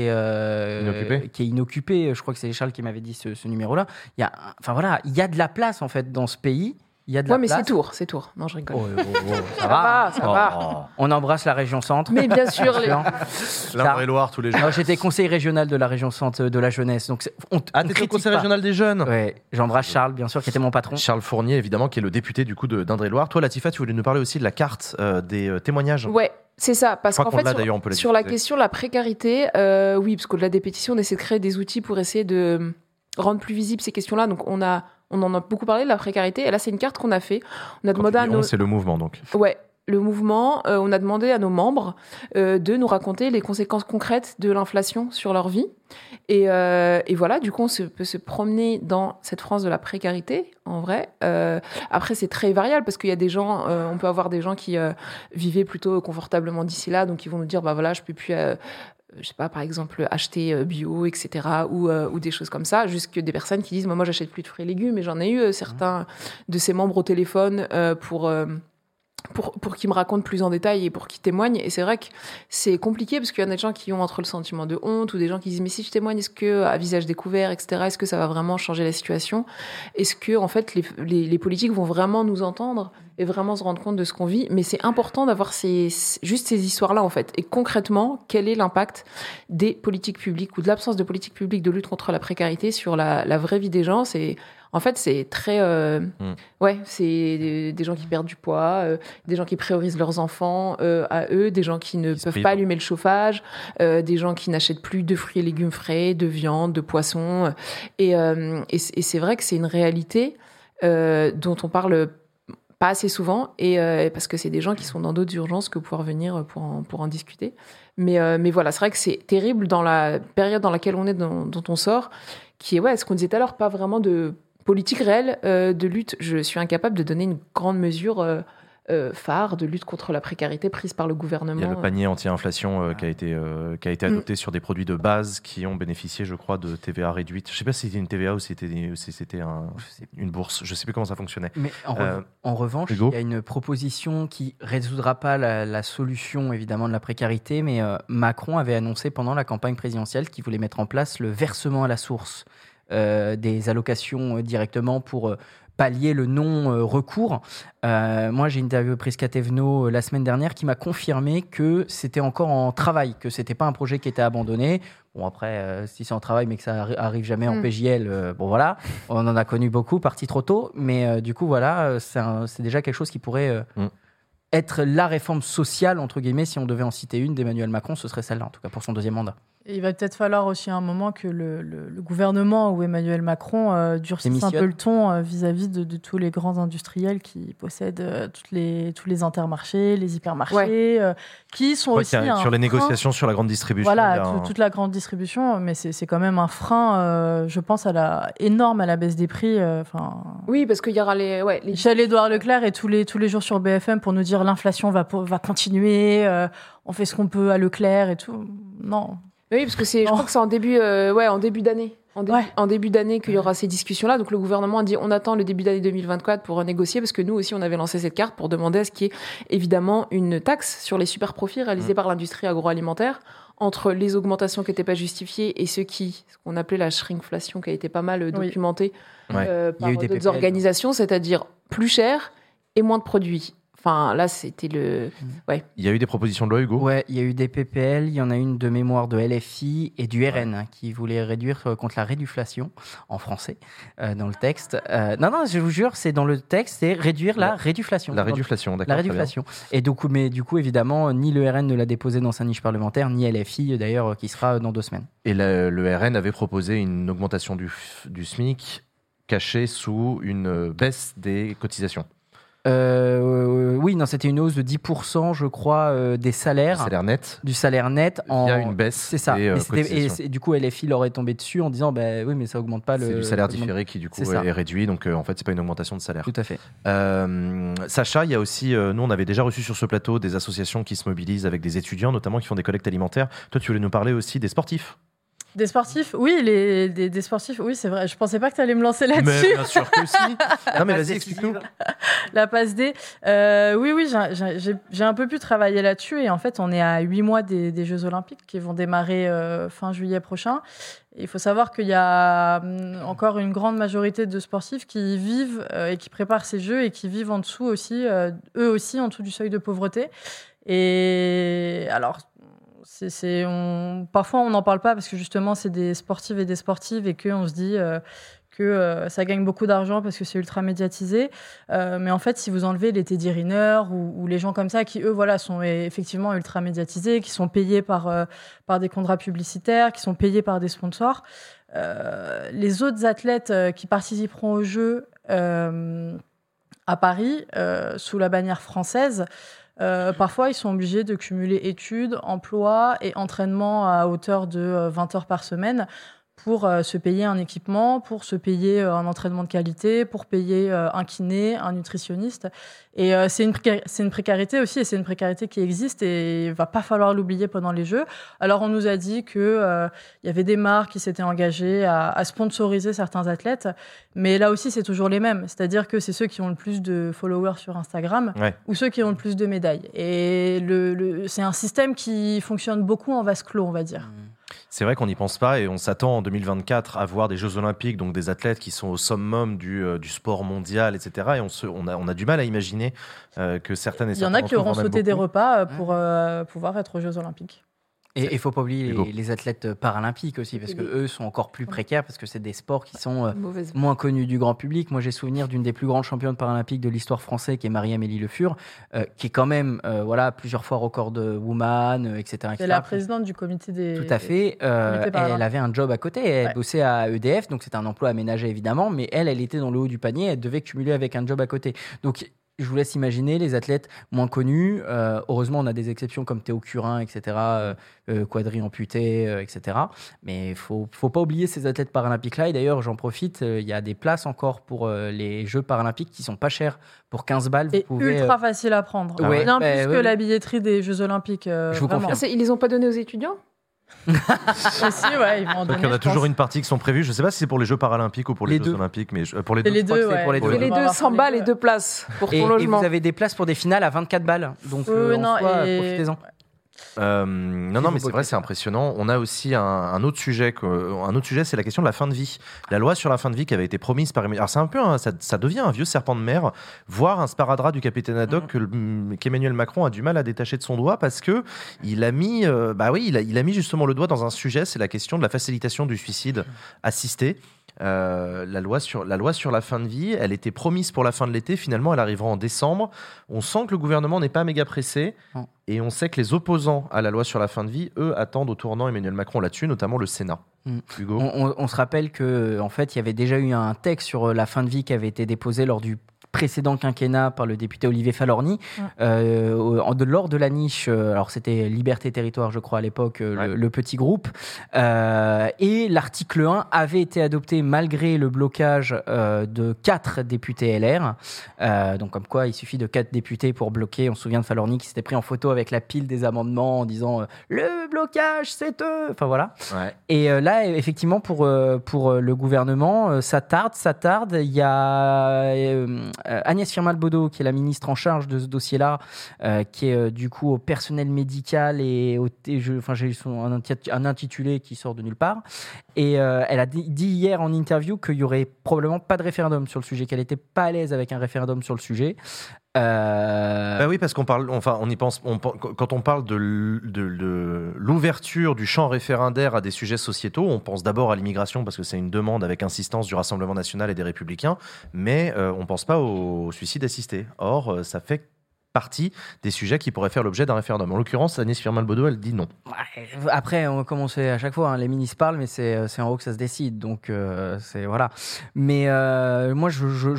est inoccupé. Je crois que c'est Charles qui m'avait dit ce numéro-là. Il y a de la place, en fait, dans ce pays. Il y a de la place. C'est Tours. Non, je rigole. Ça va. On embrasse la région centre. Mais bien sûr. L'Indre-et-Loire tous les jours. J'étais conseiller régional de la région centre de la jeunesse. Donc t'étais conseiller régional des jeunes. Ouais. J'embrasse Charles, bien sûr, qui était mon patron. Charles Fournier, évidemment, qui est le député du coup d'Indre-et-Loire. Toi, Latifa, tu voulais nous parler aussi de la carte des témoignages. Ouais. C'est ça, parce qu'en fait, sur la discuter. question de la précarité, oui, parce qu'au-delà des pétitions, on essaie de créer des outils pour essayer de rendre plus visibles ces questions-là. Donc, on en a beaucoup parlé de la précarité. Et là, c'est une carte qu'on a fait. On a demandé à nos... C'est le mouvement, donc. Ouais, le mouvement. On a demandé à nos membres de nous raconter les conséquences concrètes de l'inflation sur leur vie. Et voilà, du coup, on peut se promener dans cette France de la précarité, en vrai. Après, c'est très variable parce qu'il y a des gens, on peut avoir des gens qui vivaient plutôt confortablement d'ici là, donc ils vont nous dire, voilà, je peux plus... je sais pas, par exemple, acheter bio, etc., ou des choses comme ça, jusque des personnes qui disent, moi, j'achète plus de fruits et légumes, et j'en ai eu certains de ces membres au téléphone pour qu'ils me racontent plus en détail et pour qu'ils témoignent. Et c'est vrai que c'est compliqué parce qu'il y en a des gens qui ont entre le sentiment de honte ou des gens qui disent, mais si je témoigne, est-ce que, à visage découvert, etc., est-ce que ça va vraiment changer la situation? Est-ce que, en fait, les politiques vont vraiment nous entendre et vraiment se rendre compte de ce qu'on vit? Mais c'est important d'avoir juste ces histoires-là, en fait. Et concrètement, quel est l'impact des politiques publiques ou de l'absence de politiques publiques de lutte contre la précarité sur la vraie vie des gens? En fait, c'est très... c'est des gens qui perdent du poids, des gens qui priorisent leurs enfants à eux, des gens qui ne peuvent pas allumer le chauffage, des gens qui n'achètent plus de fruits et légumes frais, de viande, de poissons. Et c'est vrai que c'est une réalité dont on parle pas assez souvent, parce que c'est des gens qui sont dans d'autres urgences que pouvoir venir pour en discuter. Mais voilà, c'est vrai que c'est terrible dans la période dans laquelle on est, dont on sort, qui est, ce qu'on disait tout à l'heure, pas vraiment de politique réelle de lutte. Je suis incapable de donner une grande mesure phare de lutte contre la précarité prise par le gouvernement. Il y a le panier anti-inflation qui a été adopté sur des produits de base qui ont bénéficié, je crois, de TVA réduite. Je ne sais pas si c'était une TVA ou si c'était une bourse. Je ne sais plus comment ça fonctionnait. Mais en revanche, Hugo, il y a une proposition qui ne résoudra pas la solution, évidemment, de la précarité, mais Macron avait annoncé pendant la campagne présidentielle qu'il voulait mettre en place le versement à la source des allocations directement pour pallier le non-recours. Moi, j'ai interviewé Prisca Thévenot la semaine dernière qui m'a confirmé que c'était encore en travail, que c'était pas un projet qui était abandonné. Bon, après, si c'est en travail mais que ça arrive jamais en PJL, bon voilà, on en a connu beaucoup, parti trop tôt, mais du coup, voilà, c'est déjà quelque chose qui pourrait être la réforme sociale, entre guillemets, si on devait en citer une d'Emmanuel Macron, ce serait celle-là, en tout cas pour son deuxième mandat. Et il va peut-être falloir aussi un moment que le gouvernement ou Emmanuel Macron durcisse un peu le ton vis-à-vis de tous les grands industriels qui possèdent tous les intermarchés, les hypermarchés, qui sont aussi sur les négociations sur la grande distribution. Voilà, toute la grande distribution, mais c'est quand même un frein, je pense, énorme à la baisse des prix. Oui, parce qu'il y aura Michel-Édouard Leclerc est tous les jours sur BFM pour nous dire l'inflation va continuer, on fait ce qu'on peut à Leclerc et tout. Non. Oui, parce que je crois que c'est en début d'année. en début d'année qu'il y aura ces discussions-là. Donc le gouvernement a dit on attend le début d'année 2024 pour négocier, parce que nous aussi on avait lancé cette carte pour demander à ce qu'il y ait évidemment une taxe sur les super profits réalisés par l'industrie agroalimentaire, entre les augmentations qui n'étaient pas justifiées et ce qu'on appelait la shrinkflation, qui a été pas mal documentée par d'autres organisations, c'est-à-dire plus cher et moins de produits. Enfin, là, c'était le... Ouais. Il y a eu des propositions de loi, Hugo ? Ouais, il y a eu des PPL, il y en a une de mémoire de LFI et du RN qui voulait réduire contre la réduflation, en français, dans le texte. Non, je vous jure, c'est dans le texte, c'est réduire la réduflation. La réduflation, d'accord. La réduflation. Et du coup, évidemment, ni le RN ne l'a déposé dans sa niche parlementaire, ni LFI, d'ailleurs, qui sera dans 2 semaines. Et le RN avait proposé une augmentation du SMIC cachée sous une baisse des cotisations. Oui, non, c'était une hausse de 10%, je crois, des salaires. Du salaire net. Il y a une baisse. C'est ça. Et du coup, LFI leur est tombé dessus en disant oui, mais ça augmente pas le. C'est du salaire différé qui, du coup, est réduit. Donc, en fait, c'est pas une augmentation de salaire. Tout à fait. Sacha, il y a aussi, nous, on avait déjà reçu sur ce plateau des associations qui se mobilisent avec des étudiants, notamment qui font des collectes alimentaires. Toi, tu voulais nous parler aussi des sportifs. Des sportifs, oui, des sportifs, oui, c'est vrai. Je pensais pas que tu allais me lancer là-dessus. Mais bien sûr que si. Non, mais vas-y, explique-nous. La passe D. Oui, j'ai un peu pu travailler là-dessus. Et en fait, on est à 8 mois des Jeux Olympiques qui vont démarrer fin juillet prochain. Et il faut savoir qu'il y a encore une grande majorité de sportifs qui vivent et qui préparent ces Jeux et qui vivent en dessous aussi, eux aussi, en dessous du seuil de pauvreté. Et alors... Parfois, on n'en parle pas parce que justement, c'est des sportifs et des sportives et qu'on se dit que ça gagne beaucoup d'argent parce que c'est ultra médiatisé. Mais en fait, si vous enlevez les Teddy Riner ou les gens comme ça qui, eux, sont effectivement ultra médiatisés, qui sont payés par des contrats publicitaires, qui sont payés par des sponsors, les autres athlètes qui participeront aux Jeux à Paris, sous la bannière française, parfois, ils sont obligés de cumuler études, emploi et entraînement à hauteur de 20 heures par semaine pour se payer un équipement, pour se payer un entraînement de qualité, pour payer un kiné, un nutritionniste. Et c'est une précarité aussi, et c'est une précarité qui existe et il va pas falloir l'oublier pendant les Jeux. Alors, on nous a dit qu'il y avait des marques qui s'étaient engagées à sponsoriser certains athlètes, mais là aussi, c'est toujours les mêmes. C'est-à-dire que c'est ceux qui ont le plus de followers sur Instagram ou ceux qui ont le plus de médailles. Et c'est un système qui fonctionne beaucoup en vase clos, on va dire. C'est vrai qu'on n'y pense pas et on s'attend en 2024 à voir des Jeux Olympiques, donc des athlètes qui sont au summum du sport mondial, etc. Et on a du mal à imaginer que certaines et certains. Il y en a qui auront sauté des repas pour pouvoir être aux Jeux Olympiques. Et il ne faut pas oublier les athlètes paralympiques aussi, parce qu'eux sont encore plus précaires, parce que c'est des sports qui sont moins connus du grand public. Moi, j'ai souvenir d'une des plus grandes championnes paralympiques de l'histoire française, qui est Marie-Amélie Le Fur, qui est quand même plusieurs fois record de woman, etc. C'est la présidente du comité des... Tout à fait. Elle avait un job à côté. Elle bossait à EDF, donc c'était un emploi aménagé, évidemment, mais elle était dans le haut du panier. Elle devait cumuler avec un job à côté. Donc, je vous laisse imaginer les athlètes moins connus. Heureusement, on a des exceptions comme Théo Curin, etc., quadri-amputé, etc. Mais il ne faut pas oublier ces athlètes paralympiques-là. Et d'ailleurs, j'en profite, il y a des places encore pour les Jeux paralympiques qui ne sont pas chers. Pour 15 balles, vous pouvez... ultra facile à prendre. Bien plus que la billetterie des Jeux Olympiques. Je vous confirme. Ils ne les ont pas donnés aux étudiants ? Aussi, ils vont en donner, il y en a toujours une partie qui sont prévues. Je ne sais pas si c'est pour les Jeux paralympiques ou pour les Jeux Olympiques, mais pour les deux. Les deux, pour les deux 100 balles et 2 places pour ton logement. Et vous avez des places pour des finales à 24 balles. Donc, profitez-en. Non, mais c'est vrai, c'est impressionnant. On a aussi un autre sujet, c'est la question de la fin de vie. La loi sur la fin de vie qui avait été promise par Emmanuel. Alors c'est un peu, ça devient un vieux serpent de mer, voire un sparadrap du capitaine Haddock qu'Emmanuel Macron a du mal à détacher de son doigt parce que il a mis, il a mis justement le doigt dans un sujet, c'est la question de la facilitation du suicide assisté. La loi sur la fin de vie, elle était promise pour la fin de l'été, finalement elle arrivera en décembre. On sent que le gouvernement n'est pas méga pressé et on sait que les opposants à la loi sur la fin de vie, eux, attendent au tournant Emmanuel Macron là-dessus, notamment le Sénat. Hugo. On se rappelle que en fait il y avait déjà eu un texte sur la fin de vie qui avait été déposé lors du précédent quinquennat par le député Olivier Falorni, lors de la niche, alors c'était Liberté Territoire, je crois, à l'époque, le petit groupe, et l'article 1 avait été adopté malgré le blocage de 4 députés LR, donc comme quoi il suffit de 4 députés pour bloquer. On se souvient de Falorni qui s'était pris en photo avec la pile des amendements en disant le blocage c'est eux, enfin voilà. Et là effectivement pour le gouvernement ça tarde. Il y a Agnès Firmin-Lebaudot qui est la ministre en charge de ce dossier-là, qui est du coup au personnel médical et j'ai un intitulé qui sort de nulle part, et elle a dit hier en interview qu'il y aurait probablement pas de référendum sur le sujet, qu'elle était pas à l'aise avec un référendum sur le sujet. Oui, parce on y pense, quand on parle de l'ouverture du champ référendaire à des sujets sociétaux, on pense d'abord à l'immigration parce que c'est une demande avec insistance du Rassemblement national et des Républicains, mais on ne pense pas au suicide assisté. Or, ça fait partie des sujets qui pourraient faire l'objet d'un référendum. En l'occurrence, Agnès Firmin-Lebaudot, elle dit non. Après, comme on sait à chaque fois, les ministres parlent, mais c'est en haut que ça se décide. Donc, c'est voilà. Mais moi,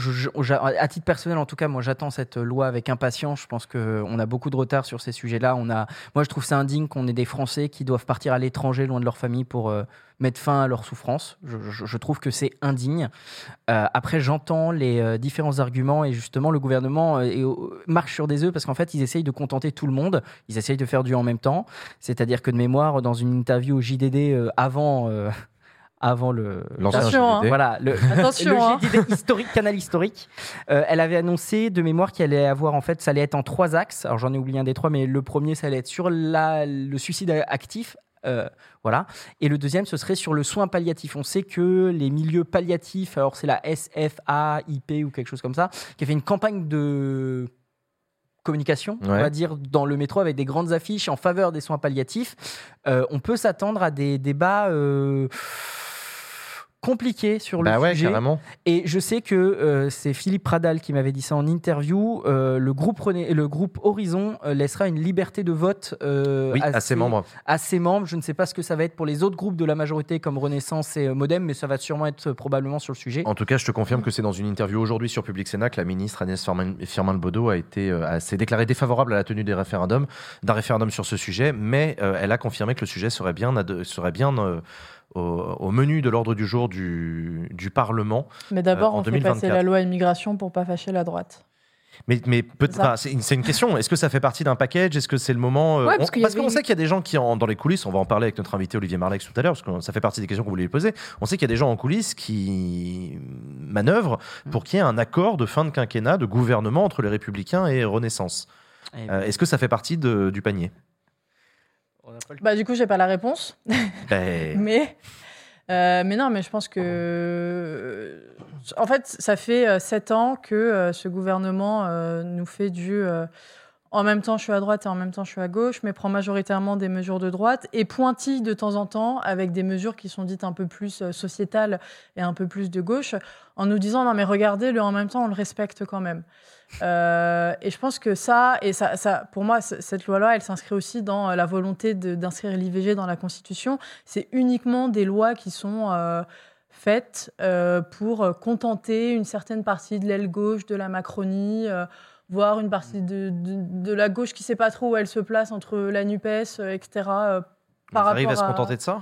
à titre personnel, en tout cas, moi, j'attends cette loi avec impatience. Je pense qu'on a beaucoup de retard sur ces sujets-là. Moi, je trouve ça indigne qu'on ait des Français qui doivent partir à l'étranger, loin de leur famille, pour mettre fin à leur souffrance. Je trouve que c'est indigne. Après, j'entends les différents arguments et justement, le gouvernement marche sur des œufs parce qu'en fait, ils essayent de contenter tout le monde. Ils essayent de faire du en même temps. C'est-à-dire que de mémoire, dans une interview au JDD avant l'ancien JDD. Voilà, Attention, le JDD historique, canal historique. Elle avait annoncé de mémoire qu'elle allait avoir, en fait, ça allait être en 3 axes. Alors, j'en ai oublié un des 3, mais le premier, ça allait être sur le suicide actif. Voilà. Et le deuxième, ce serait sur le soin palliatif. On sait que les milieux palliatifs, alors c'est la SFAIP ou quelque chose comme ça, qui a fait une campagne de communication, on va dire, dans le métro avec des grandes affiches en faveur des soins palliatifs. On peut s'attendre à des débats compliqué sur le sujet. Carrément. Et je sais que c'est Philippe Pradal qui m'avait dit ça en interview. Le groupe Horizon laissera une liberté de vote à ses membres. À ses membres. Je ne sais pas ce que ça va être pour les autres groupes de la majorité comme Renaissance et Modem, mais ça va sûrement être probablement sur le sujet. En tout cas, je te confirme que c'est dans une interview aujourd'hui sur Public Sénat que la ministre Agnès Firmin-Lebaudot s'est déclarée défavorable à la tenue d'un référendum sur ce sujet, mais elle a confirmé que le sujet serait bien au menu de l'ordre du jour du Parlement. Mais d'abord, on 2024. fait passer la loi immigration pour pas fâcher la droite. Mais c'est une question. Est-ce que ça fait partie d'un package ? Est-ce que c'est le moment Parce qu'on sait qu'il y a des gens qui, dans les coulisses, on va en parler avec notre invité Olivier Marleix tout à l'heure, parce que ça fait partie des questions qu'on voulait lui poser. On sait qu'il y a des gens en coulisses qui manœuvrent pour qu'il y ait un accord de fin de quinquennat, de gouvernement entre les Républicains et Renaissance. Est-ce que ça fait partie du panier ? Du coup, j'ai pas la réponse. mais non, mais je pense que... En fait, ça fait 7 ans que ce gouvernement nous fait en même temps, je suis à droite et en même temps, je suis à gauche, mais prend majoritairement des mesures de droite et pointille de temps en temps avec des mesures qui sont dites un peu plus sociétales et un peu plus de gauche, en nous disant « Non, mais regardez, en même temps, on le respecte quand même ». Et je pense que ça, pour moi, cette loi-là, elle s'inscrit aussi dans la volonté d'inscrire l'IVG dans la Constitution. C'est uniquement des lois qui sont faites pour contenter une certaine partie de l'aile gauche de la Macronie, voire une partie de la gauche qui ne sait pas trop où elle se place entre la NUPES, etc. Ils arrivent à se contenter de ça ?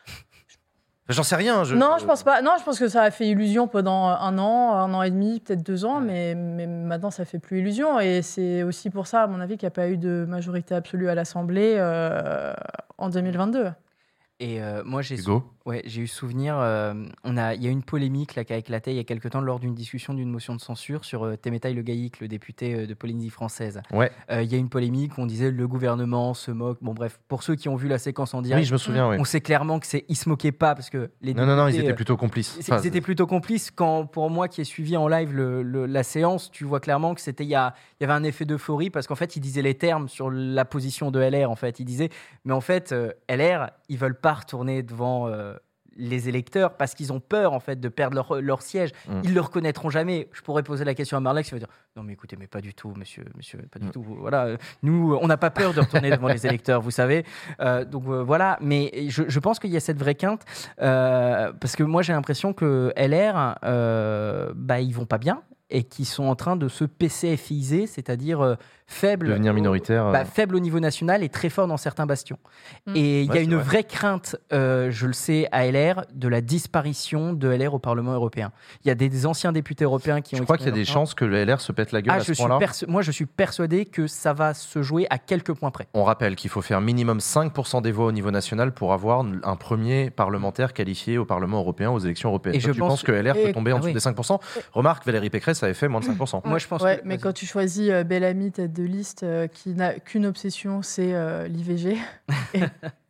J'en sais rien. Non, je pense pas. Non, je pense que ça a fait illusion pendant un an et demi, peut-être 2 ans, mais maintenant ça fait plus illusion. Et c'est aussi pour ça, à mon avis, qu'il n'y a pas eu de majorité absolue à l'Assemblée en 2022. Et moi, j'ai eu souvenir, il y a eu une polémique là, qui a éclaté il y a quelque temps lors d'une discussion d'une motion de censure sur Témétaï Le Gaïc, le député de Polynésie française. Il y a eu une polémique où on disait le gouvernement se moque. Bon bref, pour ceux qui ont vu la séquence en direct, oui, je me souviens, on sait clairement qu'ils se moquaient pas parce que les députés, non, ils étaient plutôt complices. Ils étaient plutôt complices. Quand, pour moi qui ai suivi en live la séance, tu vois clairement que il y avait un effet d'euphorie parce qu'en fait, ils disaient les termes sur la position de LR. En fait, ils disaient, mais en fait, LR, ils veulent pas retourner devant les électeurs parce qu'ils ont peur en fait de perdre leur siège. Ils le reconnaîtront jamais. Je pourrais poser la question à Marleix qui va dire non mais écoutez, mais pas du tout monsieur, pas du tout. Voilà, nous on n'a pas peur de retourner devant les électeurs, vous savez. Donc voilà, mais je pense qu'il y a cette vraie quinte parce que moi j'ai l'impression que LR ils vont pas bien. et qui sont en train de se PCFiser, c'est-à-dire faible, devenir minoritaire. faible au niveau national et très fort dans certains bastions. Et il y a une vraie crainte, je le sais, à LR, de la disparition de LR au Parlement européen. Il y a des anciens députés européens qui ont... Je crois qu'il y a des chances que le LR se pète la gueule à ce point-là. Moi, je suis persuadé que ça va se jouer à quelques points près. On rappelle qu'il faut faire minimum 5% des voix au niveau national pour avoir un premier parlementaire qualifié au Parlement européen, aux élections européennes. Et tu penses que LR peut tomber en dessous des 5%? Remarque, Valérie Pécresse avait fait moins de 5%. Moi, je pense mais quand tu choisis Bellamy, tête de liste, qui n'a qu'une obsession, c'est l'IVG. Et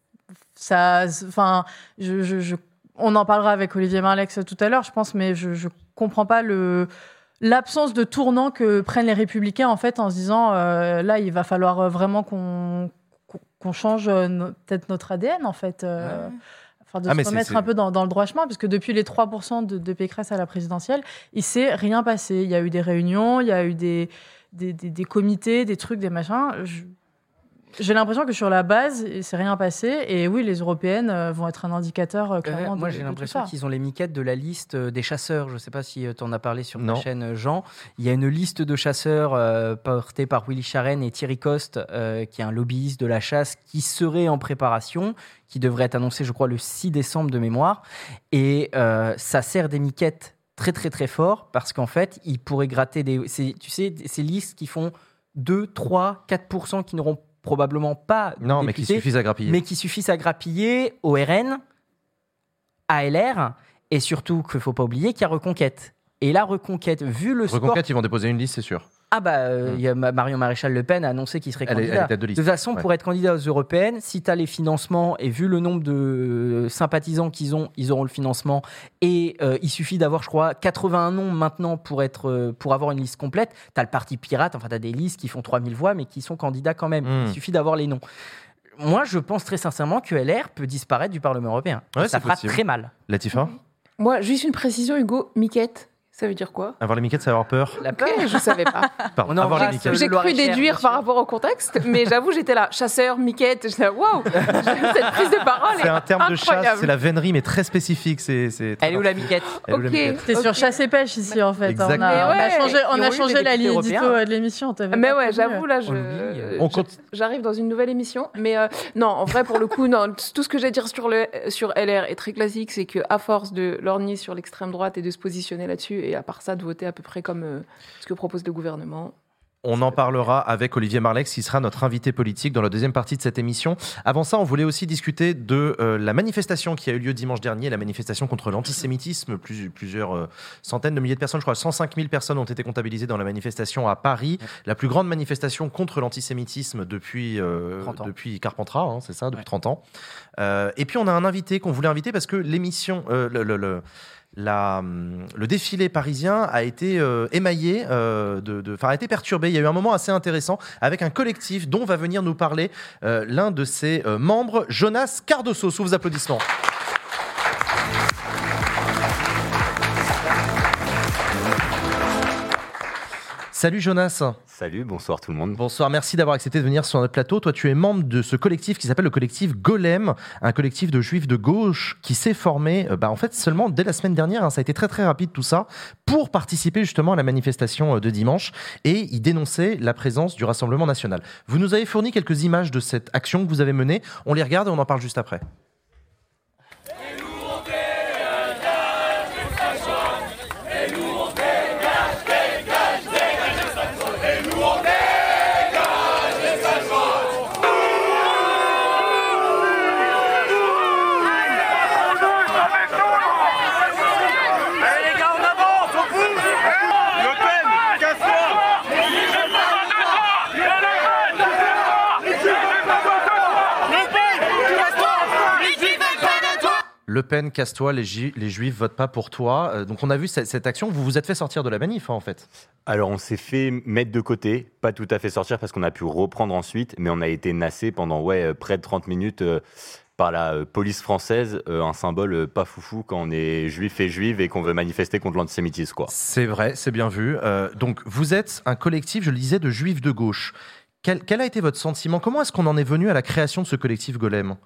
on en parlera avec Olivier Marleix tout à l'heure, je pense, mais je comprends pas l'absence de tournant que prennent les Républicains, en fait, en se disant, là, il va falloir vraiment qu'on change peut-être notre ADN, en fait. Se remettre un peu dans le droit chemin, parce que depuis les 3% de Pécresse à la présidentielle, il ne s'est rien passé. Il y a eu des réunions, il y a eu des comités, des trucs, des machins. J'ai l'impression que sur la base, il ne s'est rien passé. Et oui, les européennes vont être un indicateur clairement moi, j'ai l'impression qu'ils ont les miquettes de la liste des chasseurs. Je ne sais pas si tu en as parlé sur ta chaîne, Jean. Il y a une liste de chasseurs portée par Willy Charen et Thierry Coste, qui est un lobbyiste de la chasse, qui serait en préparation, qui devrait être annoncé, je crois, le 6 décembre de mémoire. Et ça sert des miquettes très, très, très fort, parce qu'en fait, ils pourraient gratter ces listes qui font 2, 3, 4% qui n'auront probablement pas mais qui suffisent à grappiller. Mais qui suffisent à grappiller au RN, à LR, et surtout qu'il ne faut pas oublier qu'il y a Reconquête. Et la Reconquête, vu le sport... Reconquête, ils vont déposer une liste, c'est sûr. Il y a Marion Maréchal Le Pen a annoncé qu'il serait candidat. Elle est tête de liste. De toute façon, pour être candidat aux européennes, si tu as les financements, et vu le nombre de sympathisants qu'ils ont, ils auront le financement. Et il suffit d'avoir, je crois, 81 noms maintenant pour avoir une liste complète. Tu as le Parti Pirate, enfin, tu as des listes qui font 3000 voix, mais qui sont candidats quand même. Il suffit d'avoir les noms. Moi, je pense très sincèrement que LR peut disparaître du Parlement européen. Ça fera très mal. Latifa ? Moi, juste une précision, Hugo. Miquette. Ça veut dire quoi? Avoir les miquettes, c'est avoir peur. La peur, je savais pas. Pardon, avoir les miquettes. J'ai cru déduire par rapport au contexte, mais j'avoue, j'étais là, chasseur, miquette, j'étais là, waouh, cette prise de parole c'est un terme incroyable. De chasse, c'est la vénerie, mais très spécifique. Elle est où la miquette? C'est sur chasse et pêche ici, en fait. Exactement. On a changé la ligne édito de l'émission. Mais ouais, j'avoue, là, j'arrive dans une nouvelle émission. Mais non, en vrai, pour le coup, non, tout ce que j'ai à dire sur LR est très classique, c'est qu'à force de lorgner sur l'extrême droite et de se positionner là-dessus, et à part ça, de voter à peu près comme ce que propose le gouvernement. On en parlera avec Olivier Marleix, qui sera notre invité politique dans la deuxième partie de cette émission. Avant ça, on voulait aussi discuter de la manifestation qui a eu lieu dimanche dernier, la manifestation contre l'antisémitisme. Plusieurs centaines de milliers de personnes, je crois 105 000 personnes ont été comptabilisées dans la manifestation à Paris. La plus grande manifestation contre l'antisémitisme depuis Carpentras, c'est ça, depuis 30 ans. Et puis on a un invité qu'on voulait inviter parce que l'émission... le défilé parisien a été émaillé, a été perturbé. Il y a eu un moment assez intéressant avec un collectif dont va venir nous parler l'un de ses membres, Jonas Cardoso, sous vos applaudissements. Salut Jonas. Salut, bonsoir tout le monde. Bonsoir, merci d'avoir accepté de venir sur notre plateau. Toi, tu es membre de ce collectif qui s'appelle le collectif Golem, un collectif de juifs de gauche qui s'est formé en fait seulement dès la semaine dernière, ça a été très très rapide tout ça, pour participer justement à la manifestation de dimanche, et y dénoncer la présence du Rassemblement national. Vous nous avez fourni quelques images de cette action que vous avez menée, on les regarde et on en parle juste après. Le Pen, casse-toi, les Juifs votent pas pour toi. Donc on a vu cette action, vous vous êtes fait sortir de la manif en fait. Alors on s'est fait mettre de côté, pas tout à fait sortir parce qu'on a pu reprendre ensuite, mais on a été nassé pendant près de 30 minutes par la police française, un symbole pas foufou quand on est juif et juive et qu'on veut manifester contre l'antisémitisme, quoi. C'est vrai, c'est bien vu. Donc vous êtes un collectif, je le disais, de juifs de gauche. Quel a été votre sentiment? Comment est-ce qu'on en est venu à la création de ce collectif Golem?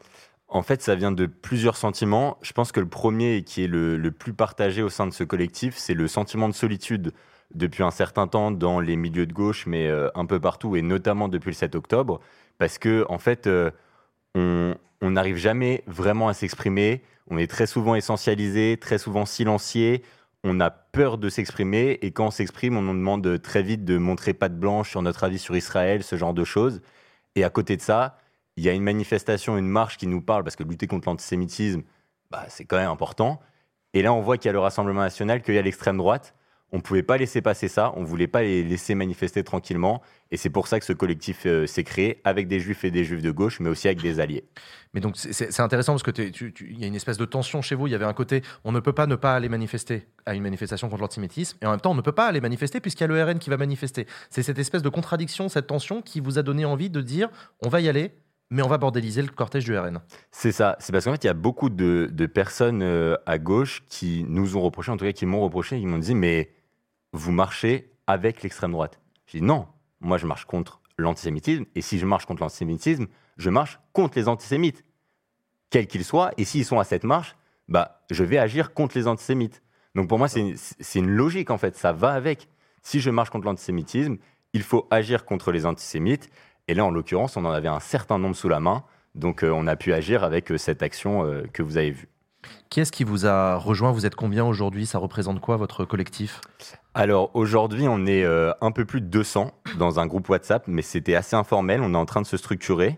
En fait, ça vient de plusieurs sentiments. Je pense que le premier, et qui est le plus partagé au sein de ce collectif, c'est le sentiment de solitude depuis un certain temps dans les milieux de gauche, mais un peu partout, et notamment depuis le 7 octobre, parce que en fait, on n'arrive jamais vraiment à s'exprimer, on est très souvent essentialisé, très souvent silencié, on a peur de s'exprimer, et quand on s'exprime, on nous demande très vite de montrer patte blanche sur notre avis sur Israël, ce genre de choses. Et à côté de ça, il y a une manifestation, une marche qui nous parle, parce que lutter contre l'antisémitisme, c'est quand même important. Et là, on voit qu'il y a le Rassemblement national, qu'il y a l'extrême droite. On ne pouvait pas laisser passer ça, on ne voulait pas les laisser manifester tranquillement. Et c'est pour ça que ce collectif s'est créé, avec des juifs et des juifs de gauche, mais aussi avec des alliés. Mais donc c'est intéressant, parce que il y a une espèce de tension chez vous. Il y avait un côté, on ne peut pas ne pas aller manifester à une manifestation contre l'antisémitisme, et en même temps, on ne peut pas aller manifester puisqu'il y a le RN qui va manifester. C'est cette espèce de contradiction, cette tension qui vous a donné envie de dire, on va y aller, mais on va bordéliser le cortège du RN. C'est ça. C'est parce qu'en fait, il y a beaucoup de personnes à gauche qui nous ont reproché, en tout cas qui m'ont reproché, et qui m'ont dit, mais vous marchez avec l'extrême droite. J'ai dit non, moi je marche contre l'antisémitisme, et si je marche contre l'antisémitisme, je marche contre les antisémites, quels qu'ils soient, et s'ils sont à cette marche, je vais agir contre les antisémites. Donc pour moi, c'est une logique en fait, ça va avec. Si je marche contre l'antisémitisme, il faut agir contre les antisémites, et là en l'occurrence, on en avait un certain nombre sous la main, donc on a pu agir avec cette action que vous avez vue. Qui est-ce qui vous a rejoint ? Vous êtes combien aujourd'hui ? Ça représente quoi, votre collectif ? Alors aujourd'hui, on est un peu plus de 200 dans un groupe WhatsApp, mais c'était assez informel, on est en train de se structurer.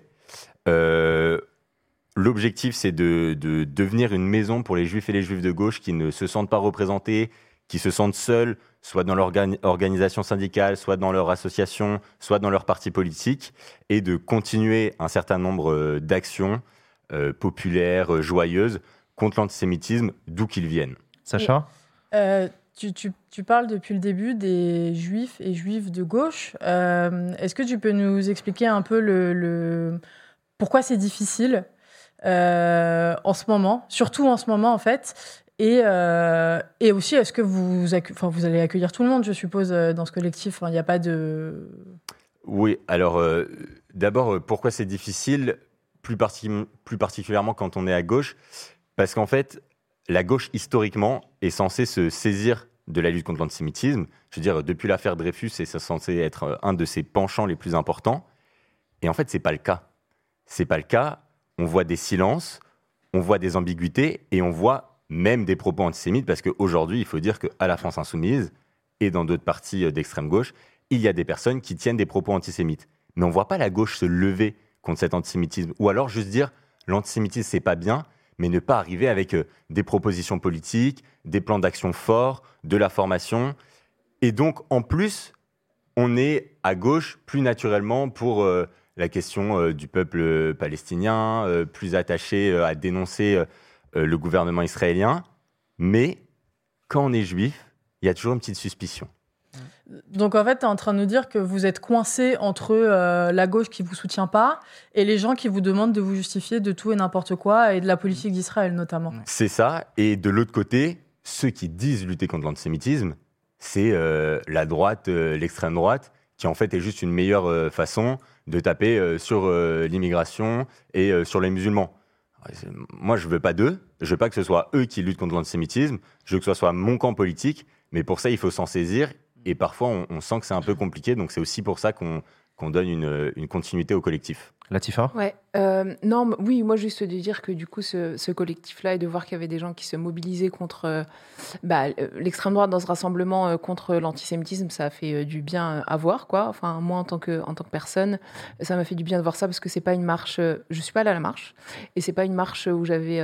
L'objectif, c'est de devenir une maison pour les juifs et les juifs de gauche qui ne se sentent pas représentés, qui se sentent seuls, soit dans leur organisation syndicale, soit dans leur association, soit dans leur parti politique, et de continuer un certain nombre d'actions populaires, joyeuses, contre l'antisémitisme, d'où qu'ils viennent. Sacha ? Tu parles depuis le début des juifs et juifs de gauche. Est-ce que tu peux nous expliquer un peu pourquoi c'est difficile en ce moment, surtout en ce moment en fait, et aussi est-ce que vous allez accueillir tout le monde, je suppose, dans ce collectif. Il n'y a pas de... Oui, alors d'abord, pourquoi c'est difficile, plus particulièrement quand on est à gauche ? Parce qu'en fait, la gauche, historiquement, est censée se saisir de la lutte contre l'antisémitisme. Je veux dire, depuis l'affaire Dreyfus, c'est censé être un de ses penchants les plus importants. Et en fait, c'est pas le cas. C'est pas le cas. On voit des silences, on voit des ambiguïtés, et on voit même des propos antisémites, parce qu'aujourd'hui, il faut dire qu'à la France Insoumise, et dans d'autres partis d'extrême gauche, il y a des personnes qui tiennent des propos antisémites. Mais on voit pas la gauche se lever contre cet antisémitisme. Ou alors juste dire, l'antisémitisme, c'est pas bien, mais ne pas arriver avec des propositions politiques, des plans d'action forts, de la formation. Et donc, en plus, on est à gauche plus naturellement pour la question du peuple palestinien, plus attaché à dénoncer le gouvernement israélien. Mais quand on est juif, il y a toujours une petite suspicion. Donc en fait, tu es en train de nous dire que vous êtes coincé entre la gauche qui ne vous soutient pas et les gens qui vous demandent de vous justifier de tout et n'importe quoi, et de la politique d'Israël notamment. C'est ça. Et de l'autre côté, ceux qui disent lutter contre l'antisémitisme, c'est la droite, l'extrême droite, qui en fait est juste une meilleure façon de taper sur l'immigration et sur les musulmans. Moi, je veux pas d'eux. Je veux pas que ce soit eux qui luttent contre l'antisémitisme. Je veux que ce soit mon camp politique. Mais pour ça, il faut s'en saisir. Et parfois, on sent que c'est un peu compliqué. Donc, c'est aussi pour ça qu'on donne une continuité au collectif. Latifa ? Ouais. Oui, moi, juste de dire que du coup, ce collectif-là, et de voir qu'il y avait des gens qui se mobilisaient contre l'extrême droite dans ce rassemblement contre l'antisémitisme, ça a fait du bien à voir, quoi. Enfin, moi, en tant que personne, ça m'a fait du bien de voir ça, parce que c'est pas une marche... je suis pas allée à la marche. Et c'est pas une marche où j'allais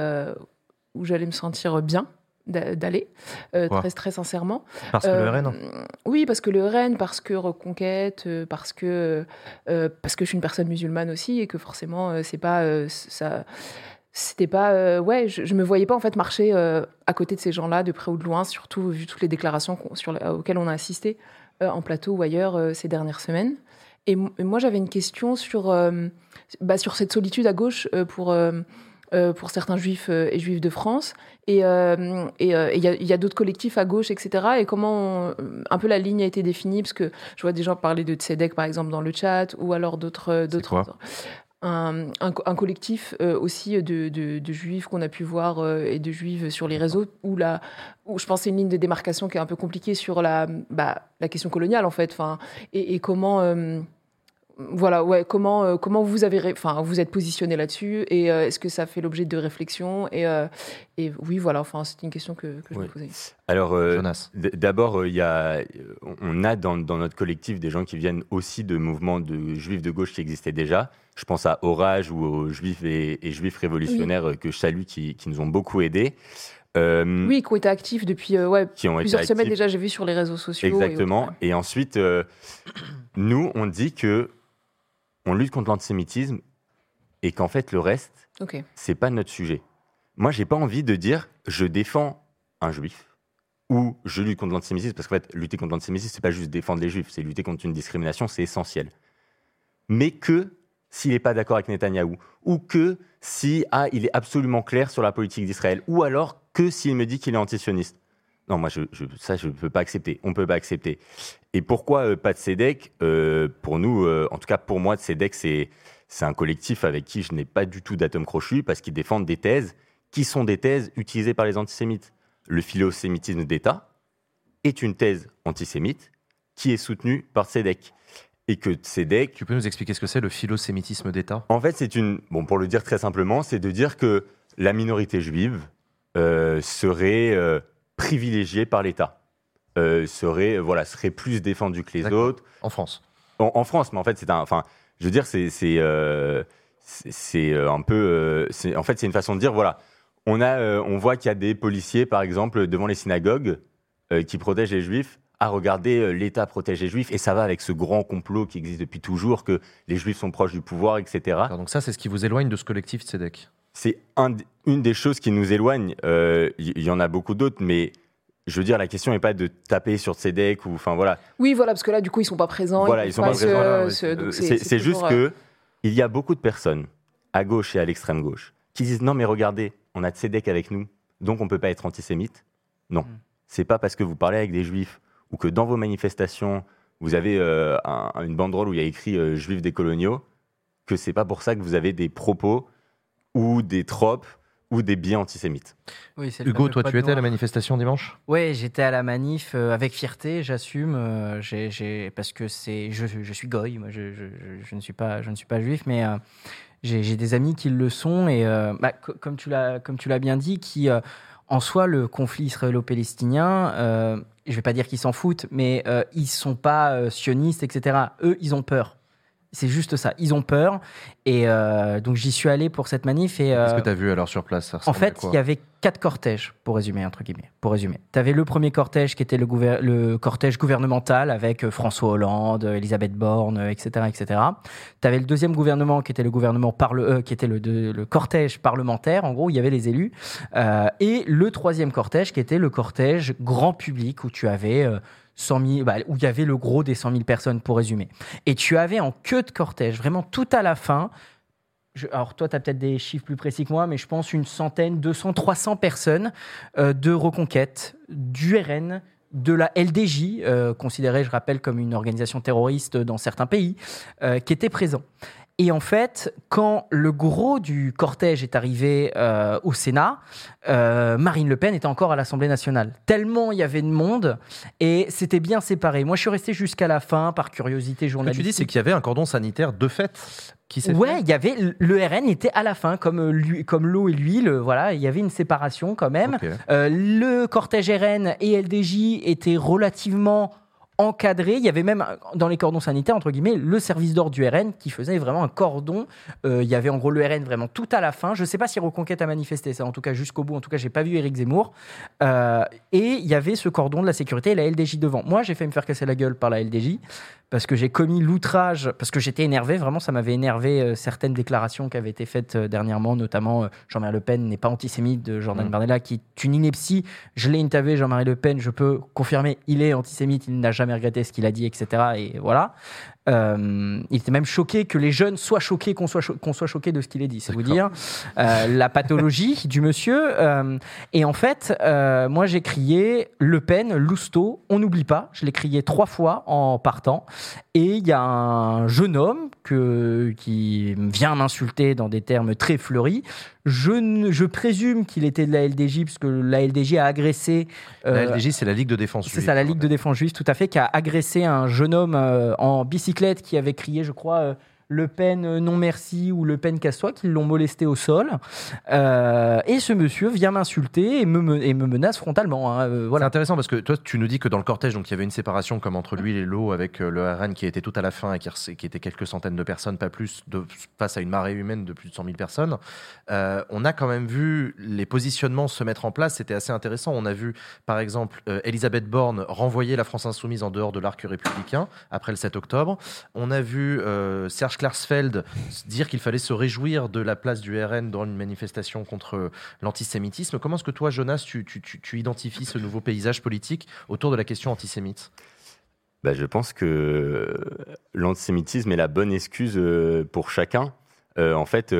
me sentir bien d'aller, très sincèrement. Parce que le RN ? Oui, parce que le RN, parce que Reconquête, parce que je suis une personne musulmane aussi, et que forcément, c'est pas ça. C'était pas... je me voyais pas en fait marcher à côté de ces gens-là, de près ou de loin, surtout vu toutes les déclarations auxquelles on a assisté en plateau ou ailleurs ces dernières semaines. Et moi, j'avais une question sur cette solitude à gauche pour certains juifs et juifs de France. Et il y a d'autres collectifs à gauche, etc. Et comment un peu la ligne a été définie, parce que je vois des gens parler de Tzedek, par exemple, dans le chat, ou alors d'autres. un collectif aussi de juifs qu'on a pu voir et de juives sur les réseaux où je pense que c'est une ligne de démarcation qui est un peu compliquée sur la question coloniale en fait. Et comment comment vous vous êtes positionné là-dessus et est-ce que ça fait l'objet de réflexions et oui voilà c'est une question que je me posais. Alors Jonas. D'abord on a dans notre collectif des gens qui viennent aussi de mouvements de juifs de gauche qui existaient déjà. Je pense à Orage ou aux juifs et juifs révolutionnaires que je salue qui nous ont beaucoup aidés. Oui, qui ont été actifs depuis plusieurs semaines déjà, j'ai vu sur les réseaux sociaux. Exactement. Et ensuite, nous, on dit que on lutte contre l'antisémitisme et qu'en fait, le reste, c'est pas notre sujet. Moi, j'ai pas envie de dire je défends un juif ou je lutte contre l'antisémitisme, parce qu'en fait, lutter contre l'antisémitisme, c'est pas juste défendre les juifs, c'est lutter contre une discrimination, c'est essentiel. Mais que s'il n'est pas d'accord avec Netanyahou, ou que si il est absolument clair sur la politique d'Israël, ou alors que s'il me dit qu'il est antisioniste. Non, moi, ça, je ne peux pas accepter. On ne peut pas accepter. Et pourquoi pas Tzedek ? Pour nous, en tout cas pour moi, Tzedek, c'est un collectif avec qui je n'ai pas du tout d'atome crochu, parce qu'ils défendent des thèses qui sont des thèses utilisées par les antisémites. Le philosémitisme d'État est une thèse antisémite qui est soutenue par Tzedek. Et que Tzedek... Tu peux nous expliquer ce que c'est le philosémitisme d'État ? En fait, pour le dire très simplement, c'est de dire que la minorité juive serait privilégiée par l'État, serait plus défendue que les autres. En France. En France, mais en fait, c'est un peu... en fait, c'est une façon de dire, voilà, on voit qu'il y a des policiers, par exemple, devant les synagogues qui protègent les juifs. Regarder, l'État protège les juifs, et ça va avec ce grand complot qui existe depuis toujours, que les juifs sont proches du pouvoir, etc. Alors donc ça, c'est ce qui vous éloigne de ce collectif Tzedek ? C'est une des choses qui nous éloigne. Il y en a beaucoup d'autres, mais je veux dire, la question n'est pas de taper sur Tzedek ou, voilà. Oui, voilà, parce que là, du coup, ils sont pas présents. Voilà, ils sont pas présents. C'est juste que il y a beaucoup de personnes à gauche et à l'extrême gauche qui disent non, mais regardez, on a Tzedek avec nous, donc on peut pas être antisémite. Non, c'est pas parce que vous parlez avec des juifs ou que dans vos manifestations, vous avez une banderole où il y a écrit « Juifs décoloniaux », que c'est pas pour ça que vous avez des propos ou des tropes ou des biais antisémites. Oui, Hugo, toi, tu étais à la manifestation dimanche ? Oui, j'étais à la manif avec fierté, j'assume, parce que je suis goy, moi je ne suis pas juif, mais j'ai des amis qui le sont, et comme tu l'as bien dit, qui... en soi, le conflit israélo-palestinien, je ne vais pas dire qu'ils s'en foutent, mais ils ne sont pas sionistes, etc. Eux, ils ont peur. C'est juste ça, ils ont peur. Et donc, j'y suis allé pour cette manif. Qu'est-ce que tu as vu alors sur place ? En fait, il y avait 4 cortèges, pour résumer, entre guillemets. Tu avais le premier cortège qui était le cortège gouvernemental avec François Hollande, Elisabeth Borne, etc. etc. Tu avais le deuxième gouvernement qui était le gouvernement qui était le cortège parlementaire, en gros, il y avait les élus. Et le troisième cortège qui était le cortège grand public où tu avais... 100 000, où il y avait le gros des 100 000 personnes, pour résumer. Et tu avais en queue de cortège, vraiment tout à la fin, alors toi, tu as peut-être des chiffres plus précis que moi, mais je pense une centaine, 200, 300 personnes de Reconquête, du RN, de la LDJ, considérée, je rappelle, comme une organisation terroriste dans certains pays, qui étaient présents. Et en fait, quand le gros du cortège est arrivé au Sénat, Marine Le Pen était encore à l'Assemblée nationale. Tellement il y avait de monde, et c'était bien séparé. Moi, je suis resté jusqu'à la fin, par curiosité journalistique. Ce que tu dis, c'est qu'il y avait un cordon sanitaire de fait qui s'est fait. Ouais, il y avait, le RN était à la fin, comme l'eau et l'huile, voilà, il y avait une séparation quand même. Okay. Le cortège RN et LDJ étaient relativement... encadré. Il y avait même dans les cordons sanitaires, entre guillemets, le service d'ordre du RN qui faisait vraiment un cordon. Il y avait en gros le RN vraiment tout à la fin. Je ne sais pas si Reconquête a manifesté ça, en tout cas jusqu'au bout. En tout cas, je n'ai pas vu Éric Zemmour. Et il y avait ce cordon de la sécurité et la LDJ devant. Moi, j'ai fait me faire casser la gueule par la LDJ parce que j'ai commis l'outrage, parce que j'étais énervé. Vraiment, ça m'avait énervé certaines déclarations qui avaient été faites dernièrement, notamment Jean-Marie Le Pen n'est pas antisémite de Jordan Bardella, qui est une ineptie. Je l'ai interviewé, Jean-Marie Le Pen, je peux confirmer, il est antisémite, il n'a jamais regretté ce qu'il a dit, etc. Et voilà. Il était même choqué que les jeunes soient choqués, qu'on soit choqué de ce qu'il a dit, c'est vous dire la pathologie du monsieur. Et en fait, moi j'ai crié Le Pen, Lousteau, on n'oublie pas. Je l'ai crié 3 fois en partant. Et il y a un jeune homme qui vient m'insulter dans des termes très fleuris. Je présume qu'il était de la LDJ, puisque la LDJ a agressé... La LDJ, c'est la Ligue de défense juive. C'est ça, la Ligue de défense juive, tout à fait, qui a agressé un jeune homme en bicyclette qui avait crié, je crois... Le Pen non merci ou Le Pen casse-toi, qui l'ont molesté au sol. Et ce monsieur vient m'insulter et me menace frontalement. Voilà. C'est intéressant parce que toi, tu nous dis que dans le cortège, donc, il y avait une séparation comme entre lui et l'eau avec le RN qui était tout à la fin et qui était quelques centaines de personnes, pas plus, face à une marée humaine de plus de 100 000 personnes. On a quand même vu les positionnements se mettre en place. C'était assez intéressant. On a vu, par exemple, Elisabeth Borne renvoyer la France Insoumise en dehors de l'arc républicain après le 7 octobre. On a vu Serge Klarsfeld dire qu'il fallait se réjouir de la place du RN dans une manifestation contre l'antisémitisme. Comment est-ce que toi, Jonas, tu identifies ce nouveau paysage politique autour de la question antisémite ? Je pense que l'antisémitisme est la bonne excuse pour chacun. En fait,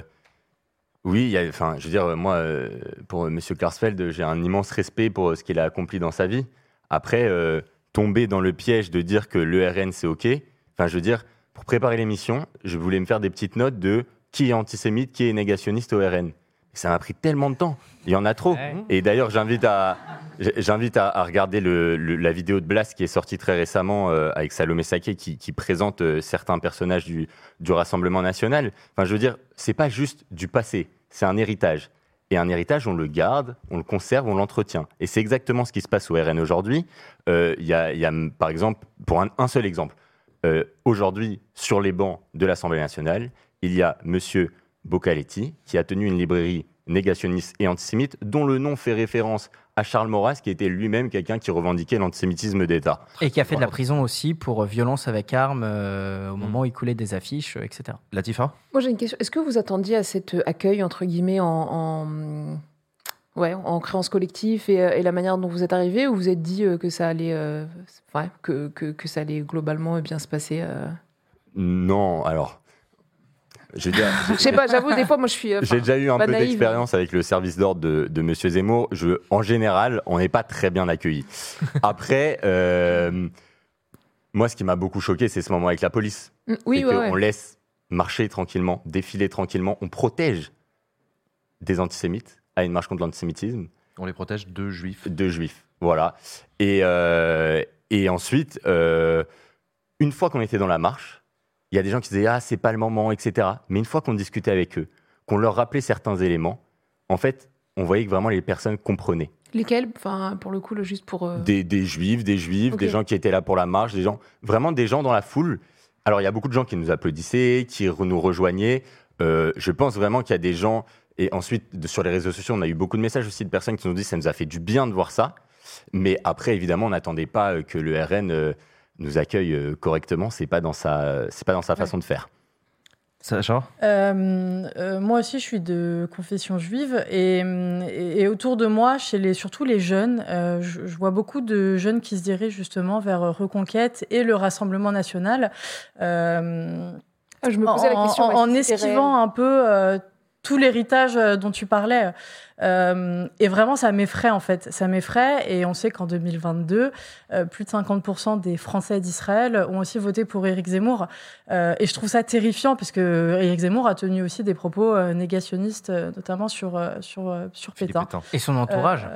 oui, je veux dire, moi, pour M. Klarsfeld, j'ai un immense respect pour ce qu'il a accompli dans sa vie. Après, tomber dans le piège de dire que le RN, c'est OK, je veux dire, pour préparer l'émission, je voulais me faire des petites notes de qui est antisémite, qui est négationniste au RN. Ça m'a pris tellement de temps. Il y en a trop. Ouais. Et d'ailleurs, j'invite à regarder la vidéo de Blas qui est sortie très récemment avec Salomé Saké qui présente certains personnages du Rassemblement national. Je veux dire, c'est pas juste du passé, c'est un héritage. Et un héritage, on le garde, on le conserve, on l'entretient. Et c'est exactement ce qui se passe au RN aujourd'hui. Il y a, par exemple, pour un seul exemple, aujourd'hui, sur les bancs de l'Assemblée nationale, il y a M. Boccaletti, qui a tenu une librairie négationniste et antisémite, dont le nom fait référence à Charles Maurras, qui était lui-même quelqu'un qui revendiquait l'antisémitisme d'État. Et qui a fait de la prison aussi pour violence avec armes au moment où il coulait des affiches, etc. Latifa ? Moi, j'ai une question. Est-ce que vous attendiez à cet accueil, entre guillemets, en créance collective et la manière dont vous êtes arrivé, ou vous êtes dit que ça allait, que ça allait globalement bien se passer Non, alors... Je sais pas, j'avoue, des fois, moi, je suis j'ai déjà eu un peu d'expérience avec le service d'ordre de M. Zemmour. En général, on n'est pas très bien accueillis. Après, moi, ce qui m'a beaucoup choqué, c'est ce moment avec la police. Oui, on laisse marcher tranquillement, défiler tranquillement. On protège des antisémites à une marche contre l'antisémitisme. On les protège de juifs. De juifs, voilà. Et ensuite, une fois qu'on était dans la marche, il y a des gens qui disaient « Ah, c'est pas le moment, etc. » Mais une fois qu'on discutait avec eux, qu'on leur rappelait certains éléments, en fait, on voyait que vraiment les personnes comprenaient. Lesquels ? Pour le coup, juste pour... Des juifs, okay. Des gens qui étaient là pour la marche, des gens dans la foule. Alors, il y a beaucoup de gens qui nous applaudissaient, qui nous rejoignaient. Je pense vraiment qu'il y a des gens... Et ensuite, sur les réseaux sociaux, on a eu beaucoup de messages aussi de personnes qui nous disent « Ça nous a fait du bien de voir ça. » Mais après, évidemment, on n'attendait pas que le RN... nous accueille correctement, c'est pas dans sa façon de faire. Sacha ? Moi aussi, je suis de confession juive et autour de moi, surtout les jeunes, je vois beaucoup de jeunes qui se dirigent justement vers Reconquête et le Rassemblement national. Je me posais la question en esquivant un peu tout l'héritage dont tu parlais. Et vraiment, ça m'effraie, en fait. Ça m'effraie. Et on sait qu'en 2022, plus de 50% des Français d'Israël ont aussi voté pour Éric Zemmour. Et je trouve ça terrifiant, parce que Éric Zemmour a tenu aussi des propos négationnistes, notamment sur Pétain. Et son entourage.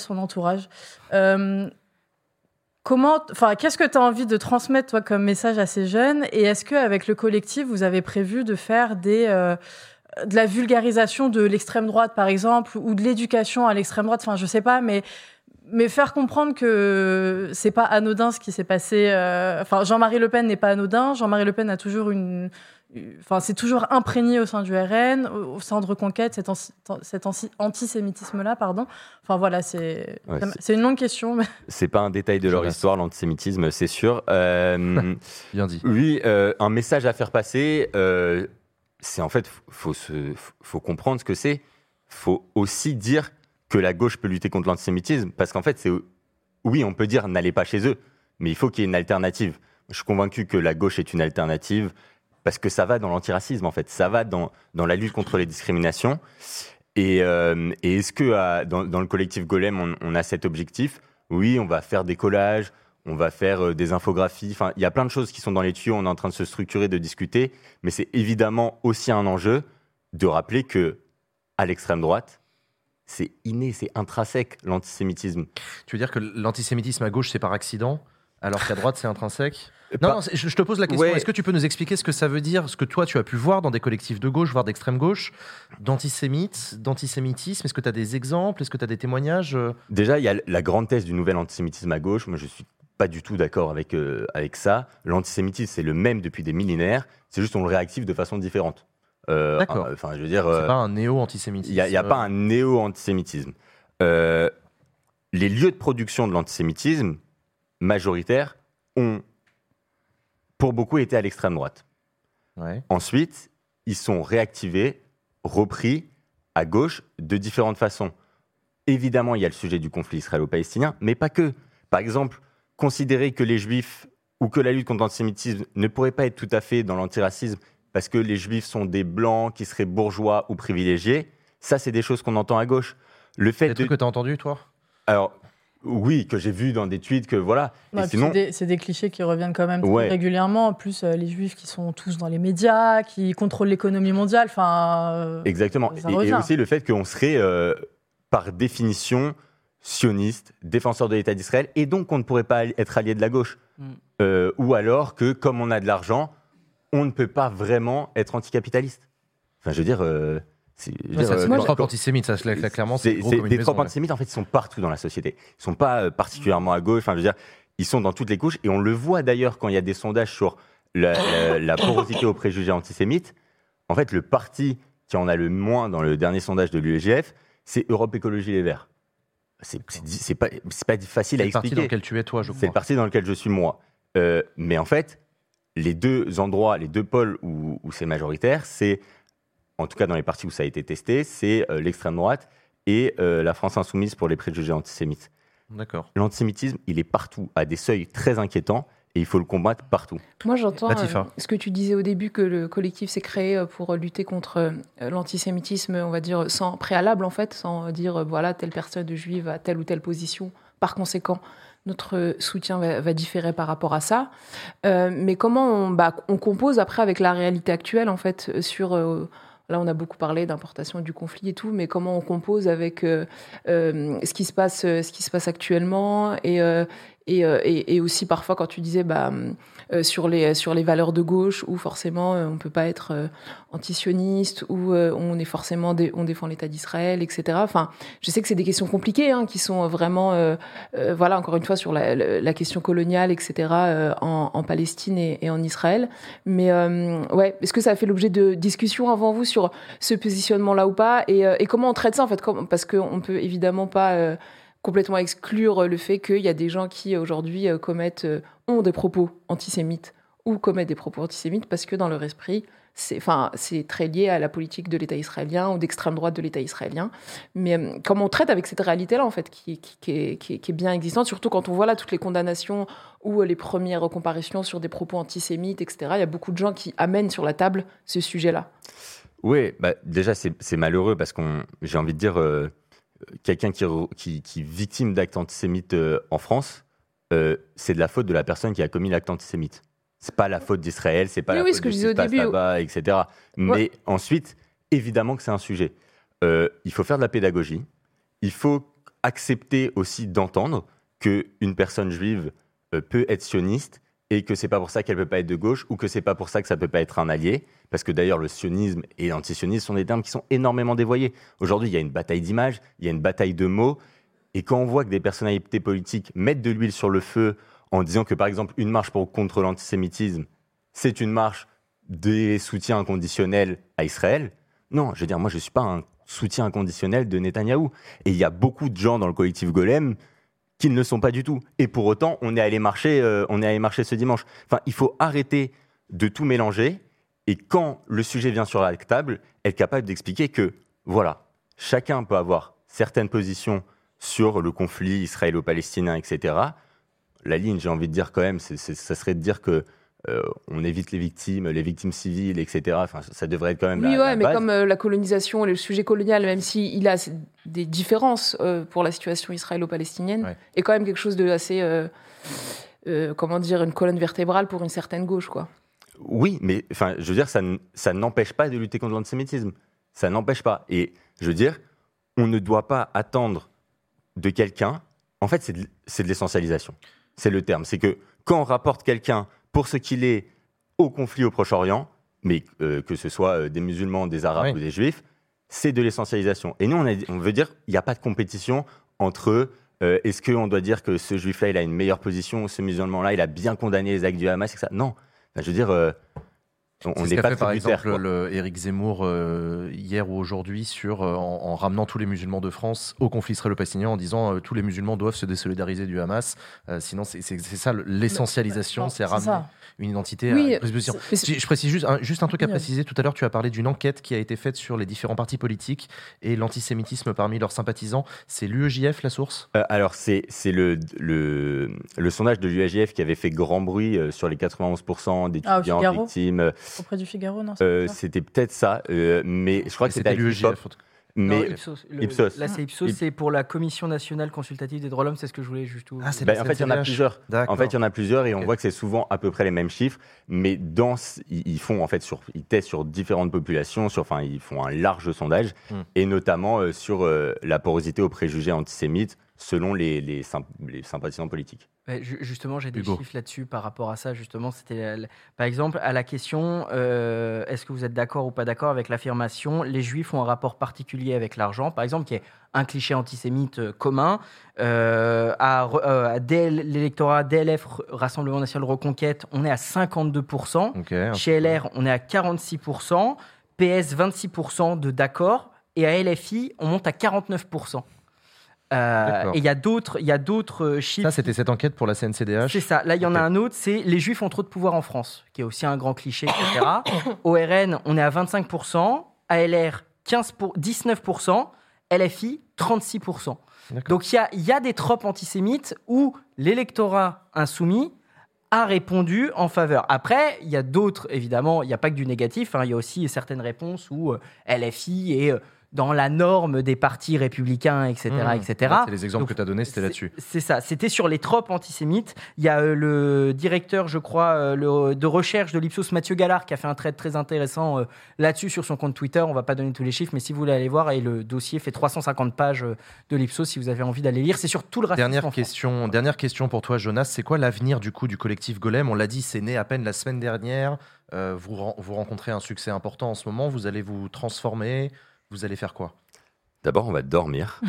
Qu'est-ce que tu as envie de transmettre, toi, comme message à ces jeunes ? Et est-ce qu'avec le collectif, vous avez prévu de faire de la vulgarisation de l'extrême droite, par exemple, ou de l'éducation à l'extrême droite, je sais pas, mais faire comprendre que c'est pas anodin ce qui s'est passé. Jean-Marie Le Pen n'est pas anodin. Jean-Marie Le Pen a toujours c'est toujours imprégné au sein du RN, au sein de Reconquête, cet antisémitisme-là, pardon. Voilà, c'est une longue question. Mais... C'est pas un détail de leur histoire, l'antisémitisme, c'est sûr. Bien dit. Oui, un message à faire passer... c'est en fait, faut comprendre ce que c'est. Faut aussi dire que la gauche peut lutter contre l'antisémitisme, parce qu'en fait, oui, on peut dire n'allez pas chez eux, mais il faut qu'il y ait une alternative. Je suis convaincu que la gauche est une alternative, parce que ça va dans l'antiracisme, en fait. Ça va dans la lutte contre les discriminations. Et est-ce que dans le collectif Golem, on a cet objectif ? Oui, on va faire des collages, on va faire des infographies. Enfin, il y a plein de choses qui sont dans les tuyaux. On est en train de se structurer, de discuter. Mais c'est évidemment aussi un enjeu de rappeler que à l'extrême droite, c'est inné, c'est intrinsèque, l'antisémitisme. Tu veux dire que l'antisémitisme à gauche, c'est par accident, alors qu'à droite, c'est intrinsèque ? Non, je te pose la question. Ouais. Est-ce que tu peux nous expliquer ce que ça veut dire, ce que toi, tu as pu voir dans des collectifs de gauche, voire d'extrême gauche, d'antisémitisme ? Est-ce que tu as des exemples ? Est-ce que tu as des témoignages ? Déjà, il y a la grande thèse du nouvel antisémitisme à gauche. Moi, je suis pas du tout d'accord avec ça. L'antisémitisme, c'est le même depuis des millénaires. C'est juste on le réactive de façon différente. D'accord. Enfin, je veux dire, C'est pas un néo-antisémitisme. il n'y a pas un néo-antisémitisme. Les lieux de production de l'antisémitisme majoritaires ont, pour beaucoup, été à l'extrême droite. Ouais. Ensuite, ils sont réactivés, repris à gauche de différentes façons. Évidemment, il y a le sujet du conflit israélo-palestinien, mais pas que. Par exemple, considérer que les Juifs ou que la lutte contre l'antisémitisme ne pourrait pas être tout à fait dans l'antiracisme parce que les Juifs sont des Blancs qui seraient bourgeois ou privilégiés, ça, c'est des choses qu'on entend à gauche. Le fait Des trucs que tu as entendus, toi ? Alors, oui, que j'ai vu dans des tweets, que voilà. Ouais, Et sinon, c'est des clichés qui reviennent quand même Ouais. très régulièrement. En plus, les Juifs qui sont tous dans les médias, qui contrôlent l'économie mondiale. Enfin, exactement. ça Et revient. aussi le fait qu'on serait, par définition, sioniste, défenseur de l'État d'Israël, et donc qu'on ne pourrait pas être allié de la gauche. Ou alors que, comme on a de l'argent, on ne peut pas vraiment être anticapitaliste. Enfin, je veux dire... Les tropes antisémites, ça, clairement, c'est gros comme une des maison, tropes ouais. antisémites, en fait, ils sont partout dans la société. Ils ne sont pas particulièrement à gauche. Enfin, je veux dire, ils sont dans toutes les couches. Et on le voit d'ailleurs quand il y a des sondages sur la porosité aux préjugés antisémites. En fait, le parti qui en a le moins dans le dernier sondage de l'UEJF, c'est Europe Écologie Les Verts. C'est pas facile à C'est le parti expliquer. dans lequel tu es, toi, je C'est crois. le parti dans lequel je suis moi. Mais en fait, les deux endroits, les deux pôles où c'est majoritaire, c'est, en tout cas dans les partis où ça a été testé, c'est l'extrême droite et la France insoumise pour les préjugés antisémites. D'accord. L'antisémitisme, il est partout, à des seuils très inquiétants, et il faut le combattre partout. Moi, j'entends Latifa. ce que tu disais au début, que le collectif s'est créé pour lutter contre l'antisémitisme, on va dire, sans préalable, en fait, sans dire, voilà, telle personne juive a telle ou telle position. Par conséquent, notre soutien va différer par rapport à ça. Mais comment on compose après avec la réalité actuelle, en fait, sur... Là, on a beaucoup parlé d'importation du conflit et tout, mais comment on compose avec ce qui se passe actuellement et aussi parfois quand tu disais sur les valeurs de gauche où forcément on peut pas être antisioniste où on est forcément on défend l'État d'Israël, etc. Enfin, je sais que c'est des questions compliquées qui sont vraiment voilà, encore une fois sur la question coloniale, etc. En Palestine et en Israël. Mais ouais, est-ce que ça a fait l'objet de discussions avant vous sur ce positionnement-là ou pas et comment on traite ça en fait, parce qu'on peut évidemment pas complètement exclure le fait qu'il y a des gens qui aujourd'hui ont des propos antisémites ou commettent des propos antisémites parce que dans leur esprit, c'est très lié à la politique de l'État israélien ou d'extrême droite de l'État israélien. Mais comment on traite avec cette réalité-là, en fait, qui est bien existante, surtout quand on voit là toutes les condamnations ou les premières comparaisons sur des propos antisémites, etc. Il y a beaucoup de gens qui amènent sur la table ce sujet-là. Oui, déjà, c'est malheureux parce j'ai envie de dire... quelqu'un qui est victime d'actes antisémites en France, c'est de la faute de la personne qui a commis l'acte antisémite. C'est pas la faute d'Israël, c'est pas la faute de ce qui se passe là-bas, etc. Mais ensuite, évidemment que c'est un sujet. Il faut faire de la pédagogie. Il faut accepter aussi d'entendre qu'une personne juive peut être sioniste et que c'est pas pour ça qu'elle peut pas être de gauche ou que c'est pas pour ça que ça peut pas être un allié. Parce que d'ailleurs, le sionisme et l'antisionisme sont des termes qui sont énormément dévoyés. Aujourd'hui, il y a une bataille d'images, il y a une bataille de mots. Et quand on voit que des personnalités politiques mettent de l'huile sur le feu en disant que, par exemple, une marche contre l'antisémitisme, c'est une marche des soutiens inconditionnels à Israël. Non, je veux dire, moi, je ne suis pas un soutien inconditionnel de Netanyahou. Et il y a beaucoup de gens dans le collectif Golem qui ne le sont pas du tout. Et pour autant, on est allé marcher ce dimanche. Enfin, il faut arrêter de tout mélanger. Et quand le sujet vient sur la table, être capable d'expliquer que, voilà, chacun peut avoir certaines positions sur le conflit israélo-palestinien, etc. La ligne, j'ai envie de dire quand même, ça serait de dire que on évite les victimes civiles, etc. Enfin, ça devrait être quand même la mais base. comme la colonisation et le sujet colonial, même s'il a des différences pour la situation israélo-palestinienne, est quand même quelque chose de assez... une colonne vertébrale pour une certaine gauche, quoi. Oui, mais je veux dire, ça n'empêche pas de lutter contre l'antisémitisme. Ça n'empêche pas. Et je veux dire, on ne doit pas attendre de quelqu'un. En fait, c'est de l'essentialisation. C'est le terme. C'est que quand on rapporte quelqu'un pour ce qu'il est au conflit au Proche-Orient, mais que ce soit des musulmans, des arabes ou des juifs, c'est de l'essentialisation. Et nous, on veut dire, il n'y a pas de compétition entre est-ce qu'on doit dire que ce juif-là, il a une meilleure position, ou ce musulman-là, il a bien condamné les actes du Hamas, etc. Non. Je veux dire, on n'est pas fait, par tributaire. exemple, Éric Zemmour, hier ou aujourd'hui, en ramenant tous les musulmans de France au conflit israélo-palestinien, en disant tous les musulmans doivent se désolidariser du Hamas. Sinon, c'est ça, l'essentialisation, c'est ramener une identité. Oui, je précise juste un truc à préciser. Tout à l'heure, tu as parlé d'une enquête qui a été faite sur les différents partis politiques et l'antisémitisme parmi leurs sympathisants. C'est l'UEJF, la source Alors, c'est le sondage de l'UEJF qui avait fait grand bruit sur les 91% d'étudiants victimes. Auprès du Figaro, non c'était peut-être ça, mais je crois que c'était l'UEJF. Mais Ipsos. Là, c'est Ipsos, c'est pour la Commission nationale consultative des droits de l'homme, c'est ce que je voulais juste. En fait, il y en a plusieurs. En fait, il y en a plusieurs et on voit que c'est souvent à peu près les mêmes chiffres, mais ils font en fait ils testent sur différentes populations, ils font un large sondage et notamment sur la porosité aux préjugés antisémites selon les sympathisants politiques. Justement, j'ai des chiffres là-dessus par rapport à ça. Justement, c'était par exemple à la question est-ce que vous êtes d'accord ou pas d'accord avec l'affirmation les Juifs ont un rapport particulier avec l'argent, par exemple, qui est un cliché antisémite commun. L'électorat DLF, Rassemblement National Reconquête, on est à 52%. Chez LR, on est à 46%. PS, 26% de d'accord. Et à LFI, on monte à 49%. Et il y a d'autres chiffres. Ça, c'était cette enquête pour la CNCDH. C'est ça. Là, il y en a un autre, c'est les Juifs ont trop de pouvoir en France, qui est aussi un grand cliché, etc. Au RN, on est à 25%, ALR, 19%, LFI, 36%. Donc, il y a des tropes antisémites où l'électorat insoumis a répondu en faveur. Après, il y a d'autres, évidemment, il n'y a pas que du négatif, il y a aussi certaines réponses où LFI est dans la norme des partis républicains, etc. etc. C'est les exemples que tu as donnés, c'était là-dessus. C'est ça, c'était sur les tropes antisémites. Il y a le directeur, je crois, de recherche de l'Ipsos, Mathieu Gallard, qui a fait un trade très intéressant là-dessus sur son compte Twitter. On ne va pas donner tous les chiffres, mais si vous voulez aller voir, et le dossier fait 350 pages de l'Ipsos, si vous avez envie d'aller lire. C'est sur tout le racisme. Dernière question pour toi, Jonas. C'est quoi l'avenir du collectif Golem ? On l'a dit, c'est né à peine la semaine dernière. Vous rencontrez un succès important en ce moment. Vous allez vous transformer. Vous allez faire quoi ? D'abord, on va dormir.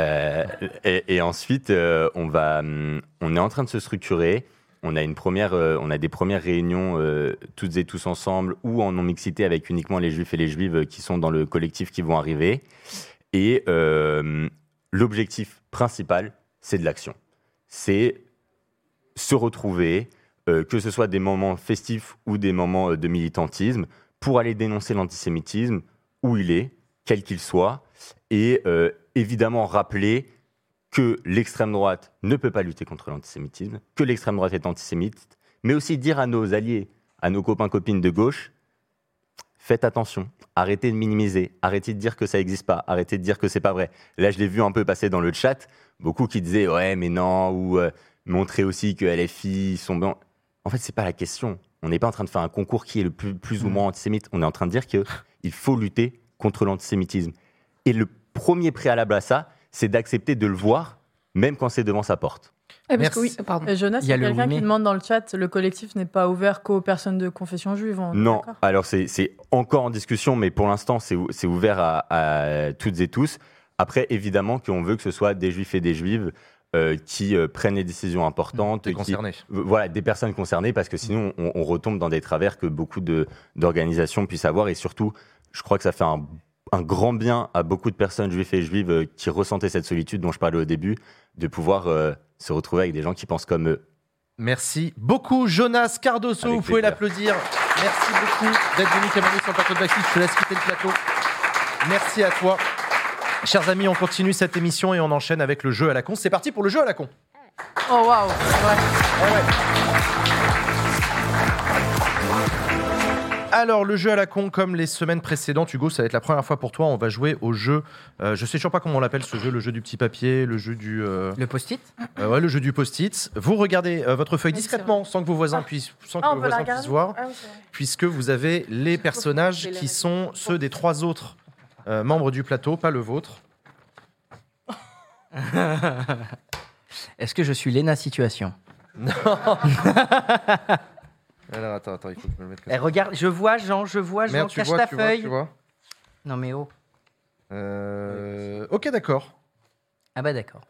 et ensuite, on est en train de se structurer. On a des premières réunions toutes et tous ensemble ou en non-mixité avec uniquement les Juifs et les Juives qui sont dans le collectif qui vont arriver. Et l'objectif principal, c'est de l'action. C'est se retrouver, que ce soit des moments festifs ou des moments de militantisme, pour aller dénoncer l'antisémitisme où il est, quel qu'il soit, et évidemment rappeler que l'extrême droite ne peut pas lutter contre l'antisémitisme, que l'extrême droite est antisémite, mais aussi dire à nos alliés, à nos copains-copines de gauche, faites attention, arrêtez de minimiser, arrêtez de dire que ça n'existe pas, arrêtez de dire que c'est pas vrai. Là, je l'ai vu un peu passer dans le chat, beaucoup qui disaient « ouais, mais non », ou montrer aussi que LFI sont blancs. En fait, c'est pas la question. On n'est pas en train de faire un concours qui est le plus ou moins antisémite. On est en train de dire qu'il faut lutter contre l'antisémitisme. Et le premier préalable à ça, c'est d'accepter de le voir, même quand c'est devant sa porte. Jonas, il y a quelqu'un qui demande dans le chat, le collectif n'est pas ouvert qu'aux personnes de confession juive. Non, alors c'est encore en discussion, mais pour l'instant, c'est ouvert à toutes et tous. Après, évidemment qu'on veut que ce soit des juifs et des juives qui prennent les décisions importantes. Des personnes concernées, parce que sinon, on retombe dans des travers que beaucoup d'organisations puissent avoir. Et surtout, je crois que ça fait un grand bien à beaucoup de personnes juives et juives qui ressentaient cette solitude dont je parlais au début, de pouvoir se retrouver avec des gens qui pensent comme eux. Merci beaucoup, Jonas Cardoso. Vous pouvez l'applaudir. Merci beaucoup d'être venu témoigner sur le plateau de Bastille. Je te laisse quitter le plateau. Merci à toi. Chers amis, on continue cette émission et on enchaîne avec le jeu à la con. C'est parti pour le jeu à la con. Oh waouh, c'est vrai. Alors, le jeu à la con, comme les semaines précédentes, Hugo, ça va être la première fois pour toi. On va jouer au jeu. Je sais toujours pas comment on l'appelle ce jeu, le jeu du petit papier, le jeu du. Le post-it. Ouais, le jeu du post-it. Vous regardez votre feuille discrètement, sans que vos voisins puissent, voir, puisque vous avez les personnages qui sont ceux des 3 autres membres du plateau, pas le vôtre. Est-ce que je suis Léna Situation? Non. Alors attends, il faut que je me le mette comme ça. Regarde, je vois Jean, Merde, cache ta feuille. tu vois. Non mais oh. Ok, d'accord. Ah bah d'accord.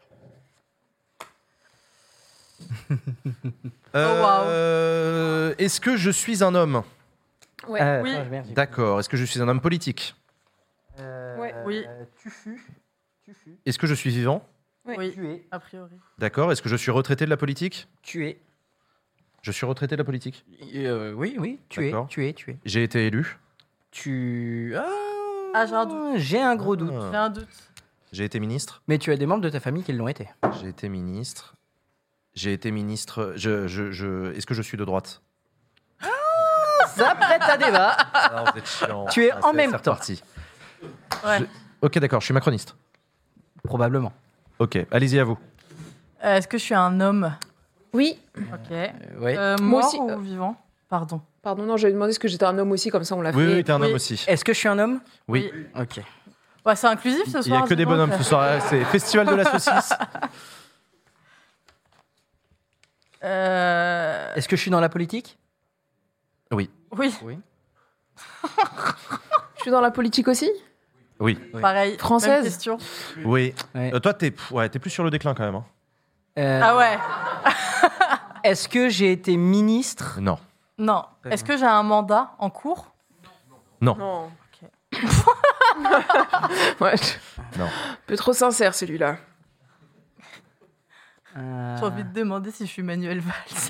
Est-ce que je suis un homme? Ouais. Oui. D'accord. Est-ce que je suis un homme politique? Ouais. Oui. Tu fus. Est-ce que je suis vivant? Oui, Tu es. a priori. D'accord. Est-ce que je suis retraité de la politique? Tu es. Je suis retraité de la politique. Oui. Tu D'accord. es. J'ai été élu. Tu. Ah, j'ai un doute. J'ai un gros doute. J'ai un doute. J'ai été ministre. Mais tu as des membres de ta famille qui l'ont été. J'ai été ministre. Est-ce que je suis de droite? Ça prête à débat. Ah, vous êtes chiant. Tu es en même c'est temps. reparti. Ouais. Ok, d'accord. Je suis macroniste. Probablement. Ok, allez-y à vous. Est-ce que je suis un homme? Oui. Ok. Ouais. Mort aussi, ou vivant? Pardon. Pardon, non, j'avais demandé si j'étais un homme aussi, comme ça on l'a fait. Oui, t'es un Oui. homme aussi. Est-ce que je suis un homme? Oui. Ok. Ouais, c'est inclusif ce soir. Il n'y a que dis des donc. bonhommes ce soir. C'est festival de la saucisse. Est-ce que je suis dans la politique? Oui. Oui, Je suis dans la politique aussi. Oui. Oui. pareil. Française. Même question. Oui. Ouais. Toi, t'es plus sur le déclin quand même. Hein. Ah ouais. Est-ce que j'ai été ministre? Non. Non. Est-ce que j'ai un mandat en cours? Non. Non. Ok. Ouais. Non. Un peu trop sincère celui-là. J'ai envie de demander si je suis Manuel Valls.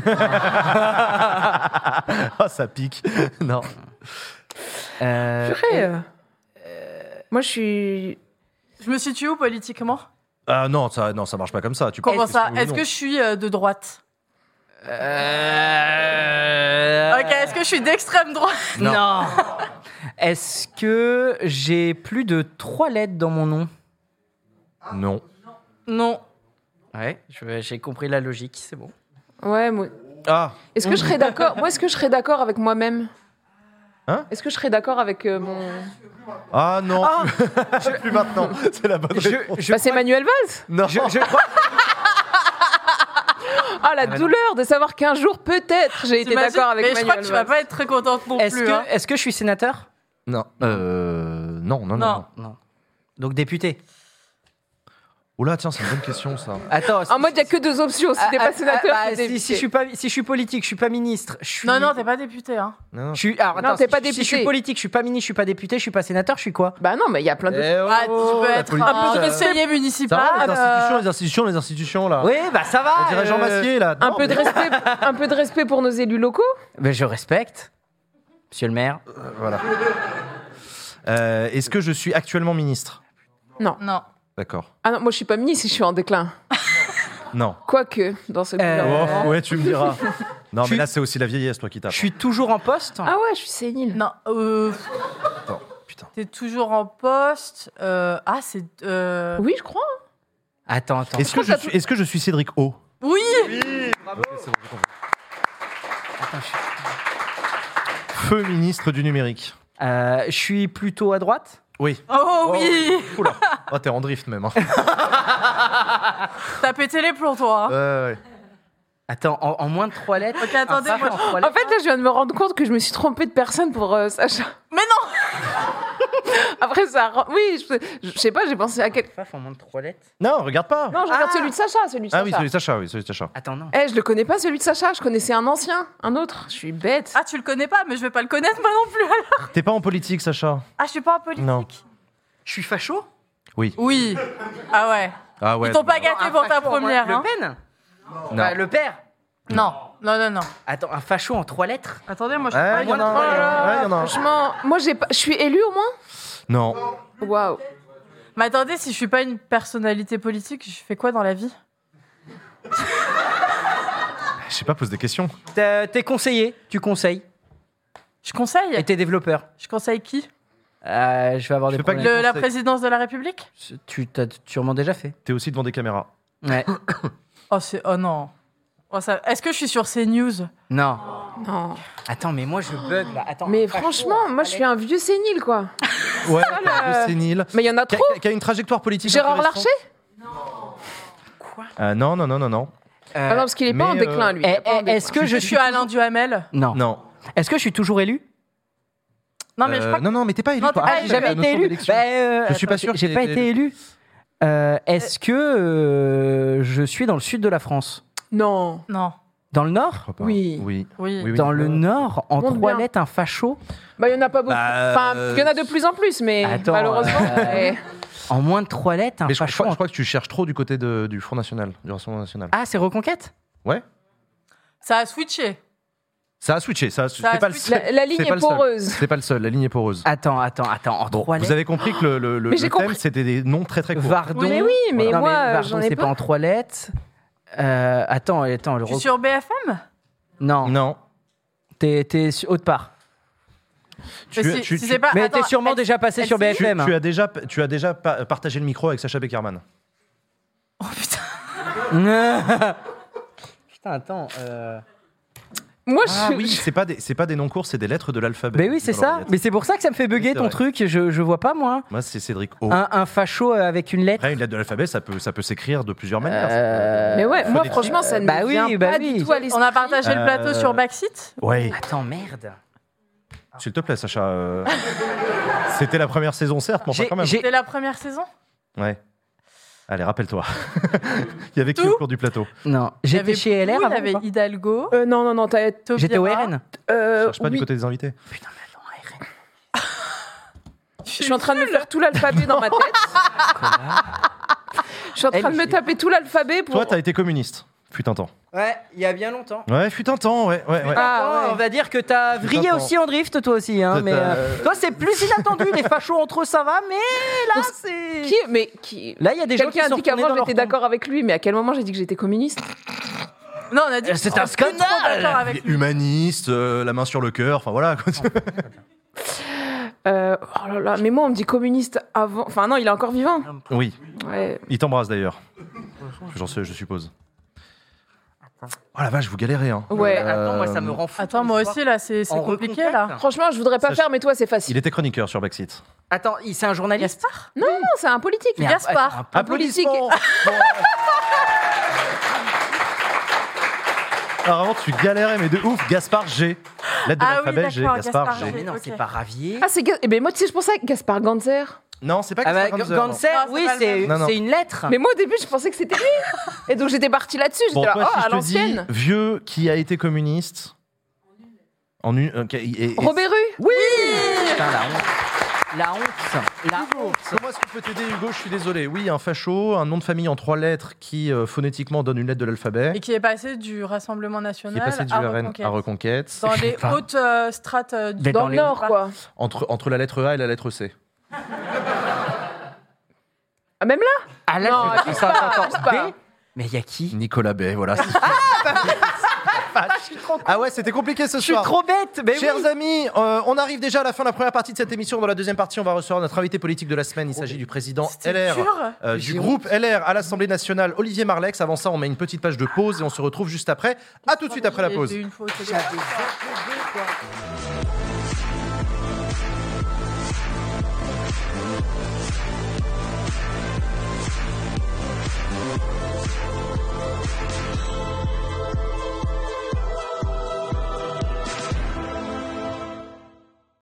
Ah, ça pique. Non. Purée. Moi je suis. Je me situe où politiquement? Ah non, ça marche pas comme ça. Tu Comment peux- ça? oui, Est-ce non. que je suis de droite? Ok, est-ce que je suis d'extrême droite? Non. Est-ce que j'ai plus de 3 lettres dans mon nom? Non. Non. Ouais, j'ai compris la logique, c'est bon. Ouais. Moi... Ah. Est-ce que je serais d'accord? Moi, est-ce que je serais d'accord avec moi-même? Hein? Est-ce que je serais d'accord avec mon. Ah non. Ah. Plus maintenant. C'est la bonne réponse. Bah, c'est Manuel Valls. Non. Je crois. Ah, la douleur de savoir qu'un jour, peut-être, j'ai été T'imagines? d'accord avec Mais je crois Manuel que tu vas Valls. pas être très contente non plus. hein. Est-ce que je suis sénateur? Non. Non. Non. Non. Donc député. Oula, tiens, c'est une bonne question ça. Attends. En mode, il n'y a que 2 options. Si t'es pas sénateur, t'es député. si je suis politique, je suis pas ministre. Je suis... Non, t'es pas député. Hein. Non. Je suis... Alors, Non, attends, t'es pas si je suis député. politique, je suis pas ministre, je suis pas député, je suis pas sénateur, je suis quoi? Bah non, mais il y a plein de. Ah, tu peux la être politique, un ça- conseiller Ça municipal. va, les institutions là. Oui, bah ça va. On dirait Jean Massier là. Un Non, peu, mais- un peu de respect pour nos élus locaux. Ben, je respecte. Monsieur le maire. Voilà. Est-ce que je suis actuellement ministre? Non. D'accord. Ah non, moi je suis pas ministre, je suis en déclin. Non. Quoique, dans ce gouvernement. Oh, ouais, tu me diras. Non, mais là, c'est aussi la vieillesse, toi, qui tape. Je suis toujours en poste. Ah ouais, je suis sénile. Non. Attends, putain. T'es toujours en poste. Ah, c'est. Oui, je crois. Attends. Est-ce que je suis Cédric O? Oui. Bravo. C'est bon, j'ai compris. Feu ministre du numérique. Je suis plutôt à droite. Oui. Oh oui. Oula. Oh, t'es en drift même. Hein. T'as pété les plombs, toi. Hein. Ouais. Attends, en moins de 3 lettres. Ok, attendez, un moi, en je- 3 En lettres. fait, là, je viens de me rendre compte que je me suis trompée de personne pour Sacha. Mais non. Après, ça. Oui, je sais pas, j'ai pensé à quel. Paf, en moins de 3 lettres. Non, regarde pas. Non, je regarde celui de Sacha, celui de Ah Sacha. oui, celui de Sacha. Oui, celui de Sacha. Attends, non. Eh, je le connais pas, celui de Sacha. Je connaissais un ancien, un autre. Je suis bête. Ah, tu le connais pas, mais je vais pas le connaître moi non plus. Alors. T'es pas en politique, Sacha? Ah, je suis pas en politique. Non. Je suis facho. Oui. Oui. Ah ouais. Ah ouais. Ils t'ont pas gâté pour ta première. Le Hein. Pen. Non. Bah, le père. Non. Non. Attends, un facho en 3 lettres. Attendez, moi je suis Ouais, pas. il y en a Oh là là, ouais, il y en a un. franchement, moi, je suis élue au moins. Non. Waouh. Mais attendez, si je suis pas une personnalité politique, je fais quoi dans la vie? Je sais pas, pose des questions. T'es conseiller. Tu conseilles. Je conseille. Et t'es développeur. Je conseille qui? Je vais avoir des fais pas problèmes. La présidence de la République? Tu t'as sûrement déjà fait. T'es aussi devant des caméras. Ouais. Oh non. Est-ce que je suis sur CNews? Non. Non. Attends, mais moi je bug là. Attends. Mais franchement, moi je suis un vieux sénile, quoi. Ouais, le- le sénile. Mais il y en a trop. Qui a une trajectoire politique. Gérard intéressante. Larcher? Non. Ah non, parce qu'il est pas en mais, déclin, lui. Il est pas en Est-ce déclin. que je Je suis Alain Duhamel. Non. Non. Est-ce que je suis toujours élu? Non, mais je crois que... Non, mais t'es pas élu. Non, toi. t'es pas Ah, élu. t'as Jamais la été notion élu. d'élection. Je suis pas sûr J'ai qu'il pas ait été été élu. Est-ce que je suis dans le sud de la France? Non. Non. Dans le nord? Je crois pas. Oui. Oui. Dans le nord, en Monte 3 bien. lettres, un facho? Bah, il y en a pas beaucoup. Bah, Enfin, il y en a de plus en plus, mais Attends, malheureusement. ouais. En moins de 3 lettres, un Mais je facho? crois que tu cherches trop du côté du Front National, du Rassemblement National. Ah, c'est Reconquête? Ouais. Ça a switché. Ça a switché. C'est a pas le switché. seul. La ligne c'est pas est le seul. poreuse. C'est pas le seul. La ligne est poreuse. Attends, en 3 Vous lettres. avez compris que le Mais j'ai thème, compris. c'était des noms très très courts. Vardon. Mais oui, mais Non, moi, Vardon, j'en ai c'est pas pas. en 3 lettres. Attends, le Je suis sur BFM? Non, Non. t'es autre part. Mais si c'est pas... Mais Attends, t'es sûrement déjà passé sur elle- BFM. Tu as déjà partagé le micro avec Sacha Beckerman. Oh putain. Putain, attends. Moi, Ah je oui, c'est pas des noms courts, c'est des lettres de l'alphabet. Mais oui, c'est ça. Mais c'est pour ça que ça me fait bugger Oui, c'est ton vrai. truc. Je vois pas, moi. Moi, c'est Cédric O. Un facho avec une lettre. Après, une lettre de l'alphabet, ça peut s'écrire de plusieurs manières. Mais ouais, moi, Phonétique. franchement, ça ne Bah me oui, vient bah pas oui. du tout à l'esprit. On a partagé le plateau sur Backseat? Ouais. Attends, merde. S'il te plaît, Sacha. C'était la première saison, certes, mais enfin quand même. C'était la première saison? Ouais. Allez, rappelle-toi. Il y avait qui Tout au cours du plateau? Non, Il y j'étais avait chez LR Pouille, avant. il y avait ou pas Hidalgo. Non, t'as... Taubira. J'étais au RN. Cherche pas du oui. côté des invités. Putain, mais attends, RN. Je suis en train de me faire tout l'alphabet dans ma tête. Je suis en train de me taper tout l'alphabet pour... Toi, t'as été communiste. Fut un temps. Ouais, il y a bien longtemps. Ouais, fut un temps, ouais. Ah, ouais. On va dire que t'as vrillé Attends. aussi en drift, toi aussi. Hein, mais toi, c'est plus inattendu. Les fachos entre eux, ça va, mais là, c'est. Là, il y a des gens qui Quelqu'un sont a dit qu'avant retournés dans j'étais leur d'accord avec lui, mais à quel moment j'ai dit que j'étais communiste? Non, on a dit que C'est j'étais un peu trop scandale. d'accord avec lui. Humaniste, la main sur le cœur, enfin voilà. Oh là là, mais moi on me dit communiste avant... Enfin non, il est encore vivant. Oui, Ouais. il t'embrasse d'ailleurs. Je suppose. Oh la vache, vous galérez, hein. Ouais. Attends, moi, ça me rend fou. Attends, moi aussi, là, c'est En compliqué, reconquête. là. Franchement, je voudrais pas Ça, faire, mais toi c'est Il facile. était chroniqueur sur Backseat. Attends, c'est un journaliste. Gaspard? Non, c'est un politique. Mais Gaspard. Un politique. Applaudissements. Bon. Alors avant, tu galérais, mais de ouf. Gaspard G. Lettre de Ah oui, l'alphabet G. d'accord, Gaspard Gaspard G. G. Mais non, Ok. c'est pas Ravier. Ah, c'est... Eh ben moi, tu sais, je pensais à Gaspard Ganzer. Non, c'est pas Ah bah, Gaspard Ganzer, non. Ganser, Non, c'est oui, pas le c'est même. Non, non. c'est une lettre. Mais moi au début, je pensais que c'était lui. Et donc j'étais partie là-dessus. J'étais Bon, là, toi, oh, si à je te dis l'ancienne. vieux qui a été communiste. En une. Robert Rue. Oui. Putain, la honte. La honte. Comment est-ce qu'on peut t'aider, Hugo? Je suis désolé. Oui, un facho, un nom de famille en 3 lettres qui phonétiquement donne une lettre de l'alphabet. Et qui est passé du Rassemblement Qui est National passé du à RN Reconquête. à Reconquête. Dans les Enfin. hautes strates du Mais Dans dans le les- Nord, quoi. Entre la lettre A et la lettre C. Ah, même là? Ah là, Non, je- dis pas, attends, dis pas. B. Mais il y a qui? Nicolas Bay, voilà. Ah ouais, c'était compliqué ce Je suis soir. trop bête. Mais Chers oui. amis, on arrive déjà à la fin de la première partie de cette émission. Dans la deuxième partie, on va recevoir notre invité politique de la semaine. Il s'agit du président C'était LR, dur. du groupe LR à l'Assemblée nationale, Olivier Marleix. Avant ça, on met une petite page de pause et on se retrouve juste après. À tout de suite après la J'ai pause. fait une faute.